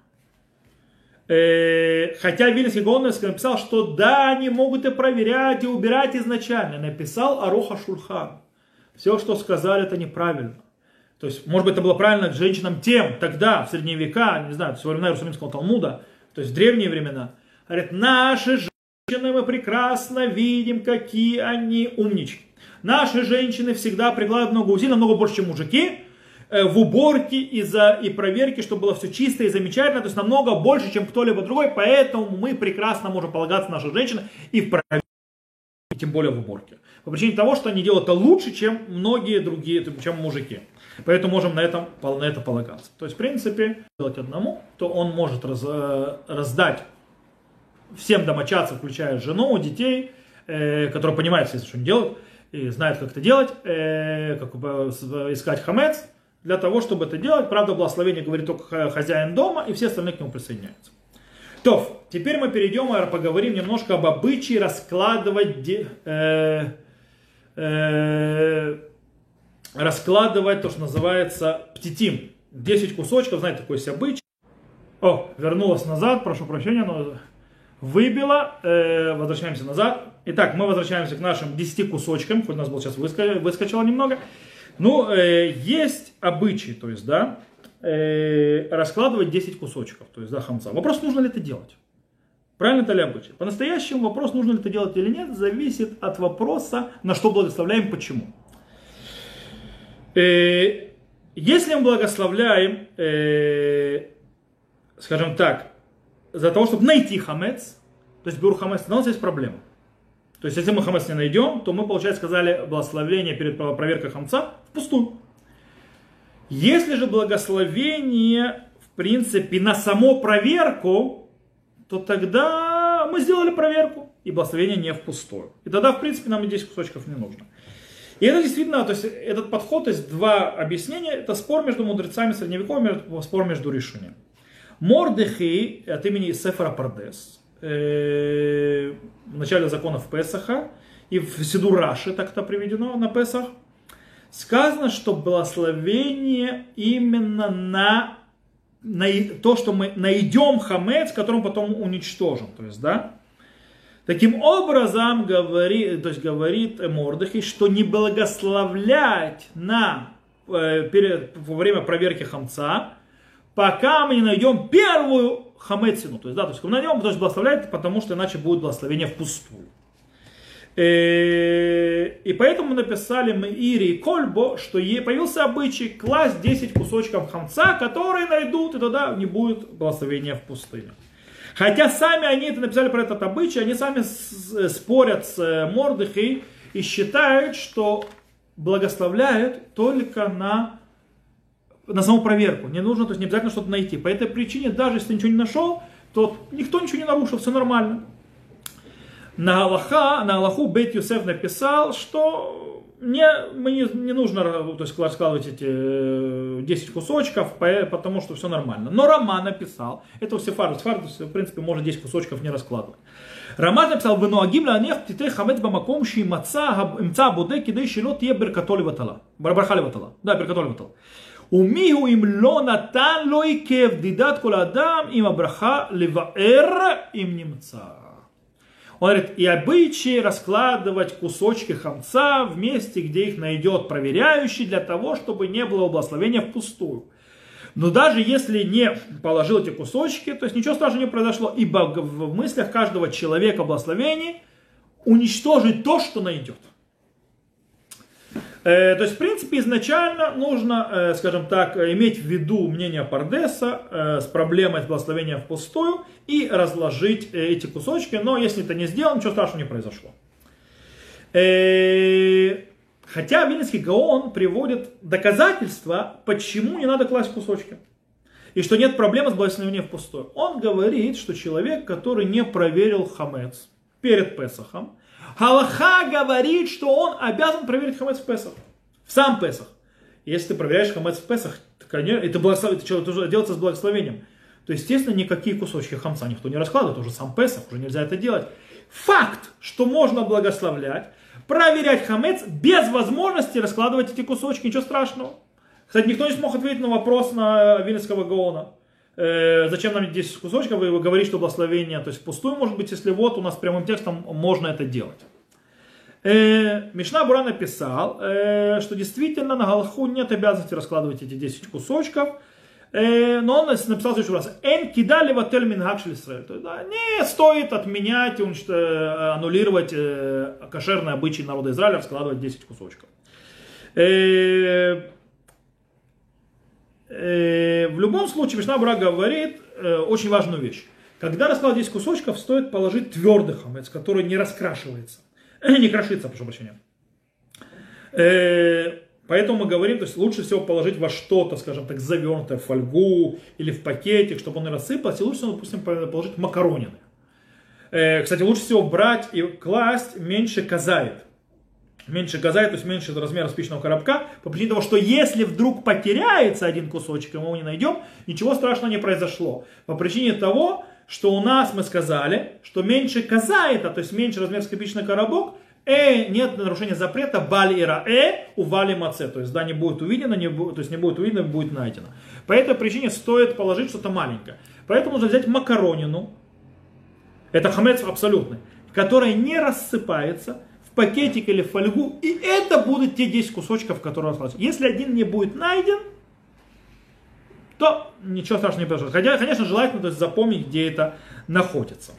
Хотя Вильнюсский Гаон написал, что да, они могут и проверять, и убирать изначально. Написал Арух ха-Шульхан. Все, что сказали, это неправильно. То есть, может быть, это было правильно к женщинам тем, тогда, в средние века, не знаю, во времена Иерусалимского Талмуда, то есть в древние времена. Говорят, наши женщины, мы прекрасно видим, какие они умнички. Наши женщины всегда прикладывают много усилий, намного больше, чем мужики, в уборке и, за, и проверке, чтобы было все чисто и замечательно, то есть намного больше, чем кто-либо другой, поэтому мы прекрасно можем полагаться на наших женщин и в проверке, тем более в уборке. По причине того, что они делают это лучше, чем многие другие, чем мужики. Поэтому можем на, этом, на это полагаться. То есть, в принципе, делать одному, то он может раз, раздать всем домочадцам, включая жену, детей, э, которые понимают, что они делают, и знают, как это делать, э, как искать хамец, для того, чтобы это делать. Правда, благословение говорит только хозяин дома, и все остальные к нему присоединяются. То, теперь мы перейдем и поговорим немножко об обычае раскладывать... Э, э, раскладывать то, что называется птитим. десять кусочков, знаете, такой себе обычай. О, вернулась назад, прошу прощения, но выбила. Э, возвращаемся назад. Итак, мы возвращаемся к нашим десяти кусочкам, хоть у нас было сейчас выскочило, выскочило немного. Ну, э, есть обычай, то есть, да, э, раскладывать десять кусочков, то есть, да, хамца. Вопрос, нужно ли это делать? Правильно это ли обычай? По-настоящему вопрос, нужно ли это делать или нет, зависит от вопроса, на что благословляем, почему. Если мы благословляем, э, скажем так, за того, чтобы найти хамец, то есть беру хамец, то у нас есть проблема. То есть если мы хамец не найдем, то мы, получается, сказали благословение перед проверкой хамца впустую. Если же благословение, в принципе, на саму проверку, то тогда мы сделали проверку, и благословение не впустую. И тогда, в принципе, нам и десять кусочков не нужно. И это действительно, то есть этот подход, то есть два объяснения, это спор между мудрецами средневековья, спор между решением. Мордехи от имени Сефера Пардес, э, в начале законов Песаха, и в Сидур Раши так это приведено на Песах, сказано, что благословение именно на, на то, что мы найдем хамец, которым потом уничтожим. То есть, да? Таким образом, говорит, то есть говорит Мордехи, что не благословлять на, э, перед, во время проверки хамца, пока мы не найдем первую хамецину. То есть, да, то есть, мы найдем, то есть благословлять, потому что иначе будет благословение впустую. Э, и поэтому написали мы Ири и Кольбо, что ей появился обычай класть десять кусочков хамца, которые найдут, и тогда не будет благословения в пустыне. Хотя сами они это написали про этот обычай, они сами спорят с Мордехи и считают, что благословляют только на, на саму проверку. Не нужно, то есть не обязательно что-то найти. По этой причине, даже если ты ничего не нашел, то никто ничего не нарушил, все нормально. на Аллаха, на Аллаху Бейт Юсеф написал, что не, мы не, не нужно то есть, складывать эти десять кусочков, потому что все нормально. Но Рама написал, это у Сефарда, Сефарда, в принципе, может десять кусочков не раскладывать. Рама написал, «Венуагим ланех птитей хамец бамаком ши имца абуде кидей шилот е беркатоли ватала». Барбархали ватала. Да, беркатоли ватала. «Умигу им ло натан ло икев дидат кол адам им абраха леваэр им немца». Он говорит, и обычай раскладывать кусочки хамца в месте, где их найдет проверяющий, для того, чтобы не было благословения впустую. Но даже если не положил эти кусочки, то есть ничего страшного не произошло, ибо в мыслях каждого человека благословений уничтожить то, что найдет. Э, то есть, в принципе, изначально нужно, э, скажем так, иметь в виду мнение Пардеса э, с проблемой благословения впустую и разложить э, эти кусочки, но если это не сделано, ничего страшного не произошло. Э, хотя Вильнинский Гаон приводит доказательства, почему не надо класть кусочки. И что нет проблемы с благословением впустую. Он говорит, что человек, который не проверил хамец перед Песахом, Галаха говорит, что он обязан проверить хамец в Песах. В сам Песах. Если ты проверяешь хамец в Песах, это, благослов... это делается с благословением. То, естественно, никакие кусочки хамца никто не раскладывает. Уже сам Песах, уже нельзя это делать. Факт, что можно благословлять, проверять хамец без возможности раскладывать эти кусочки. Ничего страшного. Кстати, никто не смог ответить на вопрос на Вильнинского Гаона. Зачем нам десять кусочков, и вы говорите, что благословение, то есть впустую, может быть, если вот у нас прямым текстом можно это делать. Э, Мишна Бура написал, э, что действительно на Галаху нет обязанности раскладывать эти десять кусочков, э, но он написал следующий раз: «Эн кидали ватель минхаг шель Исраэль». Не стоит отменять, аннулировать э, кошерные обычаи народа Израиля, раскладывать десять кусочков. Э, В любом случае, Мишна Бура говорит э, очень важную вещь. Когда раскладывать десять кусочков, стоит положить твердый хамец, который не раскрашивается. Э, не крошится, прошу прощения. Э, поэтому мы говорим, то есть лучше всего положить во что-то, скажем так, завернутое в фольгу или в пакетик, чтобы он не рассыпался. И лучше всего, допустим, положить макаронины. Э, кстати, лучше всего брать и класть меньше казает. Меньше газа, то есть меньше размера спичного коробка, по причине того, что если вдруг потеряется один кусочек, и мы его не найдем, ничего страшного не произошло. По причине того, что у нас мы сказали, что меньше казаита, то есть меньше размер спичный коробок, э, нет нарушения запрета бали ира э у вали маце, то есть да, не будет увидено, не будет, то есть не будет увидено, будет найдено. По этой причине стоит положить что-то маленькое. Поэтому нужно взять макаронину, это хамец абсолютный, которая не рассыпается, пакетик или фольгу, и это будут те десять кусочков, которые раскладываются. Если один не будет найден, то ничего страшного не произойдет. Хотя, конечно, желательно, то есть, запомнить, где это находится.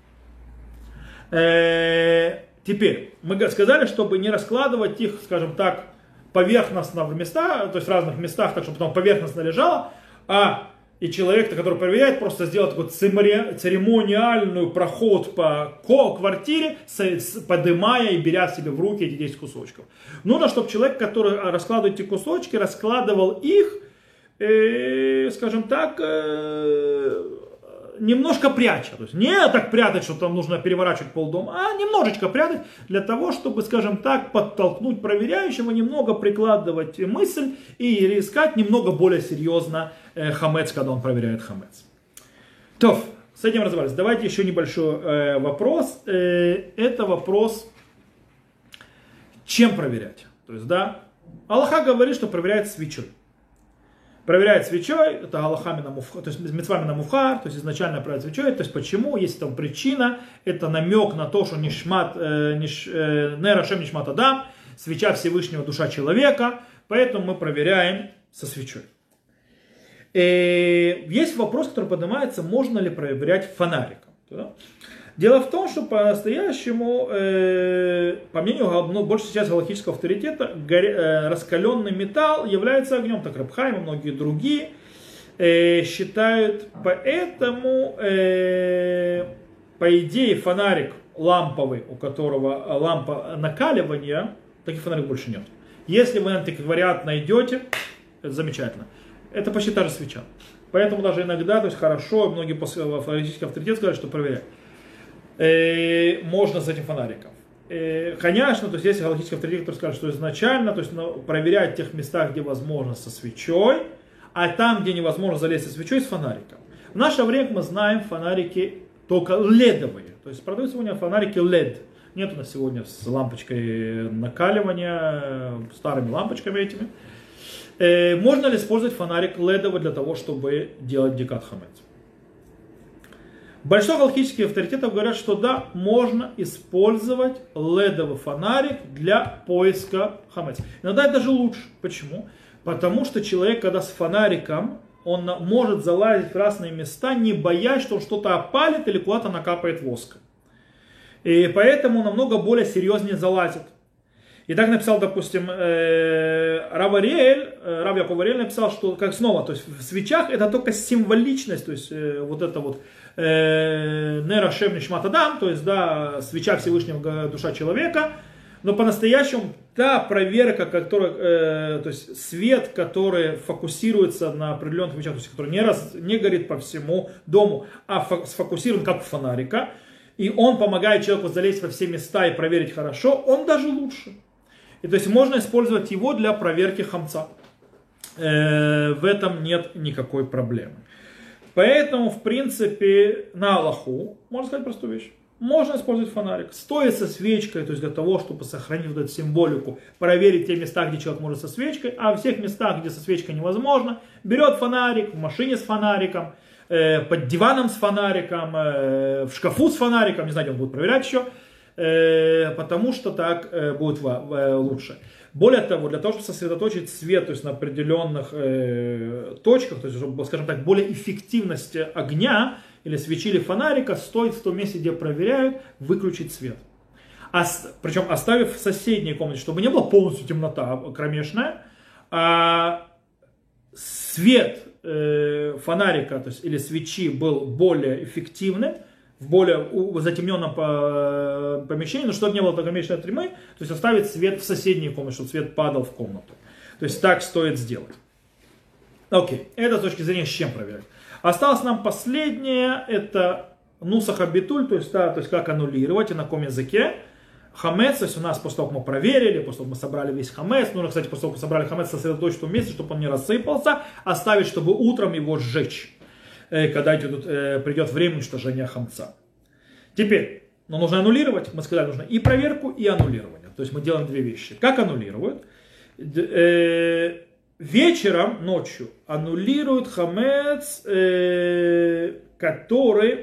Э-э- теперь, мы сказали, чтобы не раскладывать их, скажем так, поверхностно в места, то есть в разных местах, так чтобы потом поверхностно лежало, а и человек, который проверяет, просто сделать такой церемониальную проход по квартире, поднимая и беря себе в руки эти десять кусочков. Нужно, чтобы человек, который раскладывает эти кусочки, раскладывал их, э, скажем так, э, немножко пряча. То есть не так прятать, что там нужно переворачивать полдома, а немножечко прятать для того, чтобы, скажем так, подтолкнуть проверяющего, немного прикладывать мысль и искать немного более серьезно э, хамец, когда он проверяет хамец. То, с этим разобрались. Давайте еще небольшой э, вопрос. Э, это вопрос, чем проверять. То есть, да, Аллаха говорит, что проверяет свечой. Проверяет свечой, это Аллаха на муфхар, то есть мицва на муфхар, то есть изначально проверяет свечой. То есть почему? Есть там причина, это намек на то, что нишмат, э, ниш, э, нерашем нишмат адам, свеча Всевышнего, душа человека, поэтому мы проверяем со свечой. И есть вопрос, который поднимается, можно ли проверять фонариком. Да? Дело в том, что по-настоящему, э, по мнению ну, больше сейчас галахического авторитета, горе, э, раскаленный металл является огнем, так Раб Хаим и многие другие э, считают. Поэтому, э, по идее, фонарик ламповый, у которого лампа накаливания, таких фонариков больше нет. Если вы антиквариат найдете, это замечательно. Это почти та же свеча. Поэтому даже иногда, то есть хорошо, многие галахические авторитеты сказали, что проверяют. э, можно с этим фонариком. Э, конечно, то есть есть галактический авторитет, который скажет, что изначально, то есть ну, проверять в тех местах, где возможно со свечой, а там, где невозможно залезть со свечой, с фонариком. В наше время мы знаем фонарики только ледовые, то есть продаются сегодня фонарики лед. Нет у нас сегодня с лампочкой накаливания, старыми лампочками этими. Э, можно ли использовать фонарик ледовый для того, чтобы делать бдикат хамец? Большинство галактических авторитетов говорят, что да, можно использовать ледовый фонарик для поиска хамец. Иногда это даже лучше. Почему? Потому что человек, когда с фонариком, он может залазить в разные места, не боясь, что он что-то опалит или куда-то накапает воска. И поэтому намного более серьезнее залазит. И так написал, допустим, Рав Ариэль, Рав Яков Ариэль написал, что, как снова, то есть в свечах это только символичность, то есть вот это вот Нер Ашем Нишмат Адам, то есть да, свеча Всевышнего, душа человека, но по-настоящему та проверка, которая, то есть свет, который фокусируется на определенных вещах, то есть который не, раз, не горит по всему дому, а сфокусирован как у фонарика, и он помогает человеку залезть во все места и проверить хорошо, он даже лучше. И то есть можно использовать его для проверки хамца. Э, в этом нет никакой проблемы. Поэтому, в принципе, на Аллаху, можно сказать простую вещь, можно использовать фонарик. Стоит со свечкой, то есть для того, чтобы сохранить вот эту символику, проверить те места, где человек может со свечкой, а в всех местах, где со свечкой невозможно, берет фонарик, в машине с фонариком, под диваном с фонариком, в шкафу с фонариком, не знаю, где он будет проверять еще, потому что так будет лучше. Более того, для того, чтобы сосредоточить свет, то есть на определенных точках, то есть, чтобы, скажем так, более эффективность огня или свечи или фонарика, стоит в том месте, где проверяют, выключить свет. Причем оставив в соседней комнате, чтобы не была полностью темнота кромешная, а свет фонарика, то есть, или свечи был более эффективным, в более затемненном помещении, но чтобы не было кромешной тьмы, то есть оставить свет в соседней комнате, чтобы свет падал в комнату. То есть так стоит сделать. Окей, это с точки зрения, с чем проверять. Осталось нам последнее, это нусах абитуль, то есть, да, то есть как аннулировать и на каком языке. Хамец, то есть у нас после того, как мы проверили, после того, как мы собрали весь хамец, нужно, кстати, после того, как мы собрали хамец, сосредоточить в том месте, чтобы он не рассыпался, оставить, чтобы утром его сжечь, когда идет, придет время уничтожения хамца. Теперь, но нужно аннулировать, мы сказали, нужно и проверку, и аннулирование. То есть мы делаем две вещи. Как аннулируют? Вечером, ночью аннулируют хамец, который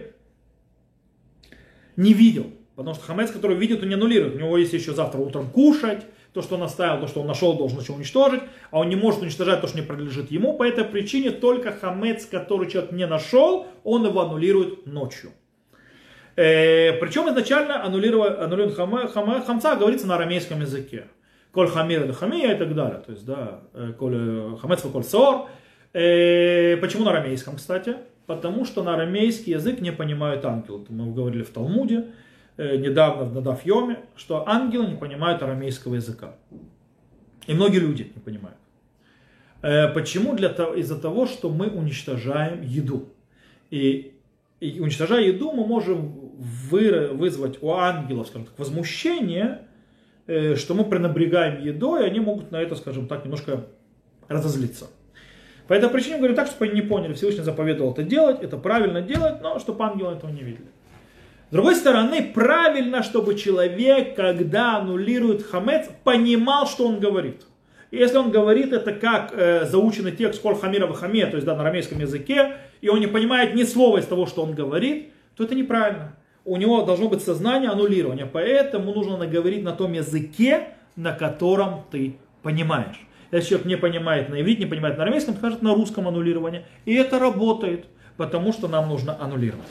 не видел. Потому что хамец, который видит, он не аннулирует. У него есть еще завтра утром кушать. То, что он оставил, то, что он нашел, должен еще уничтожить. А он не может уничтожать то, что не принадлежит ему. По этой причине только хамец, который человек не нашел, он его аннулирует ночью. Э, причем изначально аннулирует хам, хам, хамца говорится на арамейском языке. Коль хамир или хамия и так далее. То есть, да, коль хамец коль соор. Э, почему на арамейском, кстати? Потому что на арамейский язык не понимают ангелы. Мы говорили в Талмуде. Недавно в Надав Йоме, что ангелы не понимают арамейского языка. И многие люди не понимают. Почему? Для того, из-за того, что мы уничтожаем еду. И, и уничтожая еду, мы можем вы, вызвать у ангелов, скажем так, возмущение, что мы пренебрегаем едой, и они могут на это, скажем так, немножко разозлиться. По этой причине говорю так, чтобы они не поняли, Всевышний заповедовал это делать, это правильно делать, но чтобы ангелы этого не видели. С другой стороны, правильно, чтобы человек, когда аннулирует хамец, понимал, что он говорит. И если он говорит это как э, заученный текст коль хамира вахамия, то есть да, на арамейском языке, и он не понимает ни слова из того, что он говорит, то это неправильно. У него должно быть сознание аннулирования, поэтому нужно наговорить на том языке, на котором ты понимаешь. Если человек не понимает на иврите, не понимает на арамейском, то скажет на русском аннулирование. И это работает, потому что нам нужно аннулировать.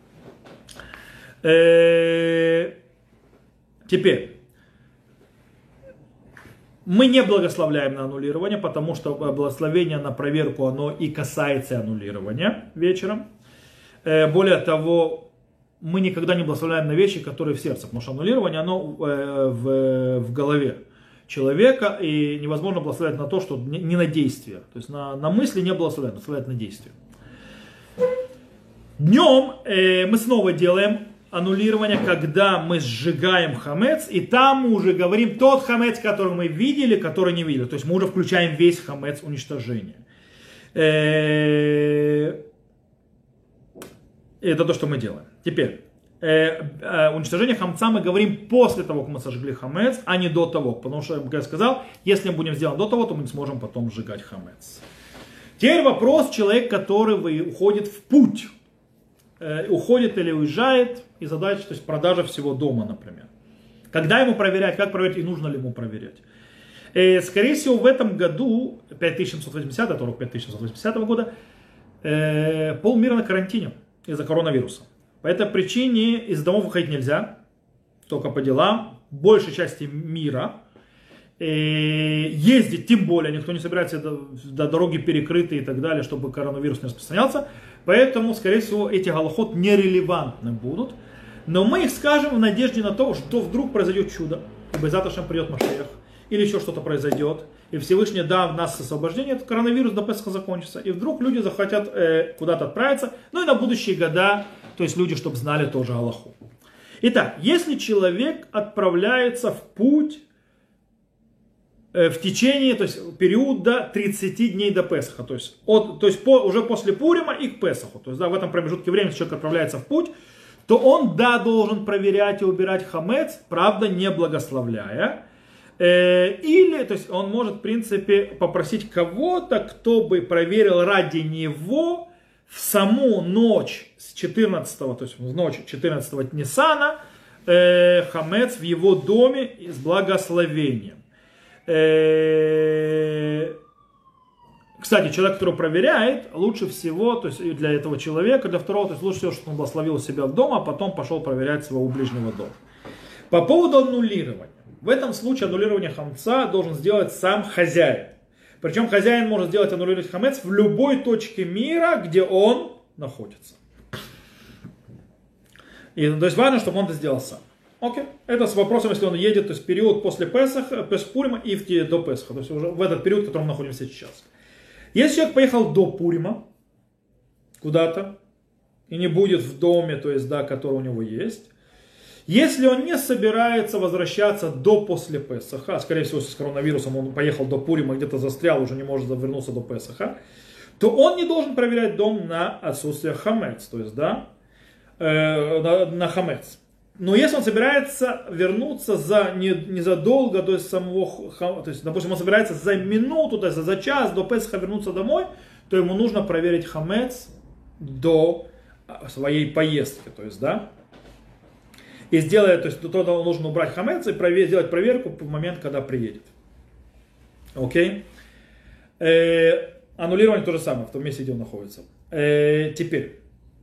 Теперь, мы не благословляем на аннулирование, потому что благословение на проверку, оно и касается аннулирования вечером. Более того, мы никогда не благословляем на вещи, которые в сердце, потому что аннулирование, оно в, в голове человека, и невозможно благословлять на то, что не на действие. То есть на, на мысли не благословляем, благословлять на действие. Днем мы снова делаем аннулирование, когда мы сжигаем хамец, и там мы уже говорим тот хамец, который мы видели, который не видели. То есть мы уже включаем весь хамец уничтожения. Это то, что мы делаем. Теперь, уничтожение хамца мы говорим после того, как мы сожгли хамец, а не до того. Потому что, как я сказал, если мы будем сделать до того, то мы не сможем потом сжигать хамец. Теперь вопрос: человек, который уходит в путь. Уходит или уезжает, и задача, то есть продажа всего дома, например. Когда ему проверять, как проверять и нужно ли ему проверять. И, скорее всего, в этом году, пять тысяч семьсот восьмидесятого, это урок пять тысяч семьсот восьмидесятого года, э, полмира на карантине из-за коронавируса. По этой причине из домов выходить нельзя, только по делам. Большей части мира э, ездить, тем более, никто не собирается, до, до дороги перекрыты и так далее, чтобы коронавирус не распространялся. Поэтому, скорее всего, эти галахот нерелевантны будут. Но мы их скажем в надежде на то, что вдруг произойдет чудо. И Бейзат Ашем придет Машиах. Или еще что-то произойдет. И Всевышний даст нас освобождение. Этот коронавирус до Песха закончится. И вдруг люди захотят э, куда-то отправиться. Ну и на будущие года. То есть люди, чтобы знали тоже галаху. Итак, если человек отправляется в путь в течение, то есть периода тридцати дней до Песаха, то есть, от, то есть по, уже после Пурима и к Песаху, то есть да, в этом промежутке времени, если человек отправляется в путь, то он, да, должен проверять и убирать хамец, правда, не благословляя, э, или, то есть он может, в принципе, попросить кого-то, кто бы проверил ради него в саму ночь с четырнадцатого, то есть в ночь четырнадцатого Ниссана, э, хамец в его доме с благословением. Кстати, человек, который проверяет, лучше всего, то есть для этого человека, для второго, то есть лучше всего, чтобы он благословил себя в дом, а потом пошел проверять своего ближнего дома. По поводу аннулирования. В этом случае аннулирование хамца должен сделать сам хозяин. Причем хозяин может сделать аннулировать хамец в любой точке мира, где он находится. И, то есть важно, чтобы он это сделал сам. Окей. Это с вопросом, если он едет, то есть период после Песаха, Пурима и в, до Песаха, то есть уже в этот период, в котором мы находимся сейчас. Если человек поехал до Пурима куда-то и не будет в доме, то есть, да, который у него есть, если он не собирается возвращаться до после Песаха, а скорее всего с коронавирусом он поехал до Пурима, где-то застрял, уже не может вернуться до Песаха, то он не должен проверять дом на отсутствие хамец, то есть, да, э, на, на хамец. Но если он собирается вернуться за, не, незадолго до самого, то есть, допустим, он собирается за минуту, то есть за час до Песаха вернуться домой, то ему нужно проверить хамец до своей поездки, то есть, да, и сделать, то есть, то нужно убрать хамец и проверить, сделать проверку в момент, когда приедет. Окей? Э, аннулирование то же самое, в том месте, где он находится. Э, теперь,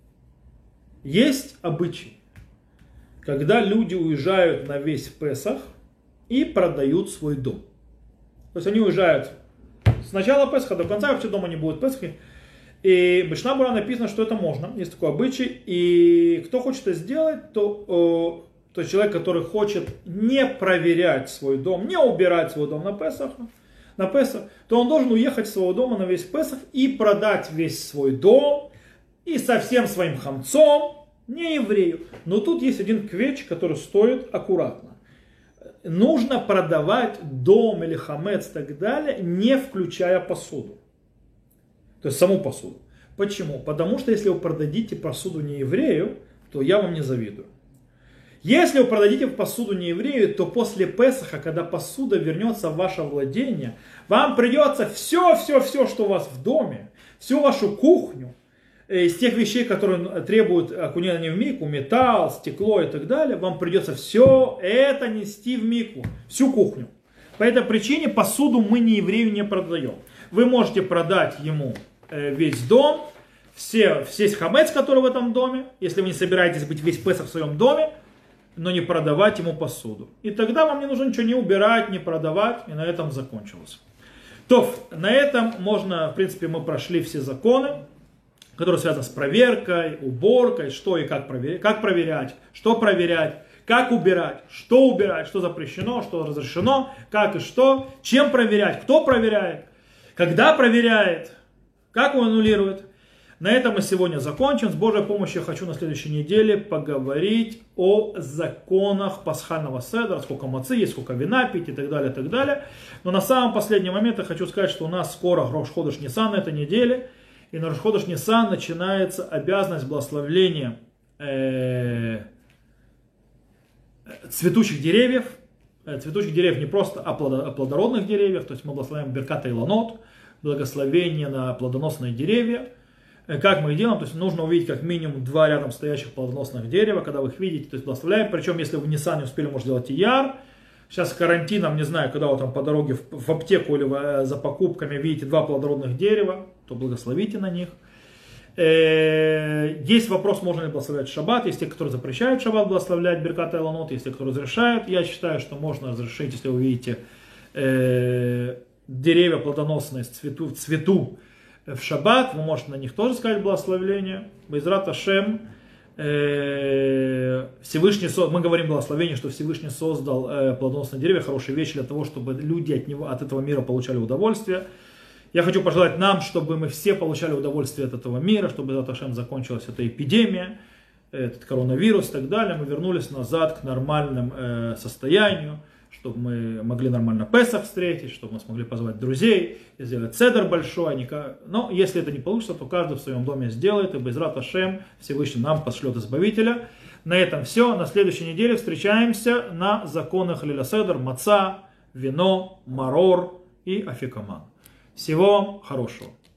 есть обычай, когда люди уезжают на весь Песах и продают свой дом. То есть они уезжают с начала Песаха до конца, вообще дома не будет Песахи. И в Мишна Бура написано, что это можно, есть такой обычай. И кто хочет это сделать, то, э, то есть человек, который хочет не проверять свой дом, не убирать свой дом на Песах, на Песах, то он должен уехать из своего дома на весь Песах и продать весь свой дом и со всем своим хамцом, не еврею. Но тут есть один квеч, который стоит аккуратно. Нужно продавать дом или хамец и так далее, не включая посуду. То есть саму посуду. Почему? Потому что если вы продадите посуду не еврею, то я вам не завидую. Если вы продадите посуду не еврею, то после Песаха, когда посуда вернется в ваше владение, вам придется все-все-все, что у вас в доме, всю вашу кухню, из тех вещей, которые требуют окунения в мику, металл, стекло и так далее, вам придется все это нести в мику, всю кухню. По этой причине посуду мы не еврею не продаем. Вы можете продать ему весь дом, все, весь хамец, который в этом доме, если вы не собираетесь быть весь Песах в своем доме, но не продавать ему посуду. И тогда вам не нужно ничего не убирать, не продавать, и на этом закончилось. То, на этом можно, в принципе, мы прошли все законы, которые связаны с проверкой, уборкой, что и как проверять, как проверять, что проверять, как убирать, что убирать, что запрещено, что разрешено, как и что, чем проверять, кто проверяет, когда проверяет, как он аннулирует. На этом мы сегодня закончим. С Божьей помощью я хочу на следующей неделе поговорить о законах пасхального седра, сколько мацы есть, сколько вина пить и так далее, и так далее. Но на самом последний момент я хочу сказать, что у нас скоро Рош ходеш Нисан на этой неделе. И на Рош ходеш Нисан начинается обязанность благословления э, цветущих деревьев. Цветущих деревьев не просто о плодородных деревьях, то есть мы благословляем Беркат Иланот, благословение на плодоносные деревья. Как мы их делаем? То есть нужно увидеть как минимум два рядом стоящих плодоносных дерева, когда вы их видите, то есть благословляем. Причем, если вы в Нисан не успели, можно сделать ияр. Сейчас карантином, не знаю, когда вы там по дороге в, в аптеку или в, за покупками видите два плодородных дерева, то благословите на них. Есть вопрос, можно ли благословлять в шаббат. Есть те, которые запрещают в шаббат благословлять Беркат Иланот, есть те, которые разрешают. Я считаю, что можно разрешить, если вы видите э, деревья плодоносные в цвету, в цвету в шаббат, вы можете на них тоже сказать благословление. Байзрат Ашем, э, Всевышний, мы говорим благословение, что Всевышний создал э, плодоносные деревья, хорошие вещи для того, чтобы люди от, него, от этого мира получали удовольствие. Я хочу пожелать нам, чтобы мы все получали удовольствие от этого мира, чтобы Байзрат Ашем закончилась эта эпидемия, этот коронавирус и так далее. Мы вернулись назад к нормальному э, состоянию, чтобы мы могли нормально Песах встретить, чтобы мы смогли позвать друзей, сделать седер большой. Но если это не получится, то каждый в своем доме сделает, и Байзрат Ашем Всевышний нам пошлет Избавителя. На этом все. На следующей неделе встречаемся на законах Лиля Седер, маца, вино, марор и афикаман. Всего хорошего.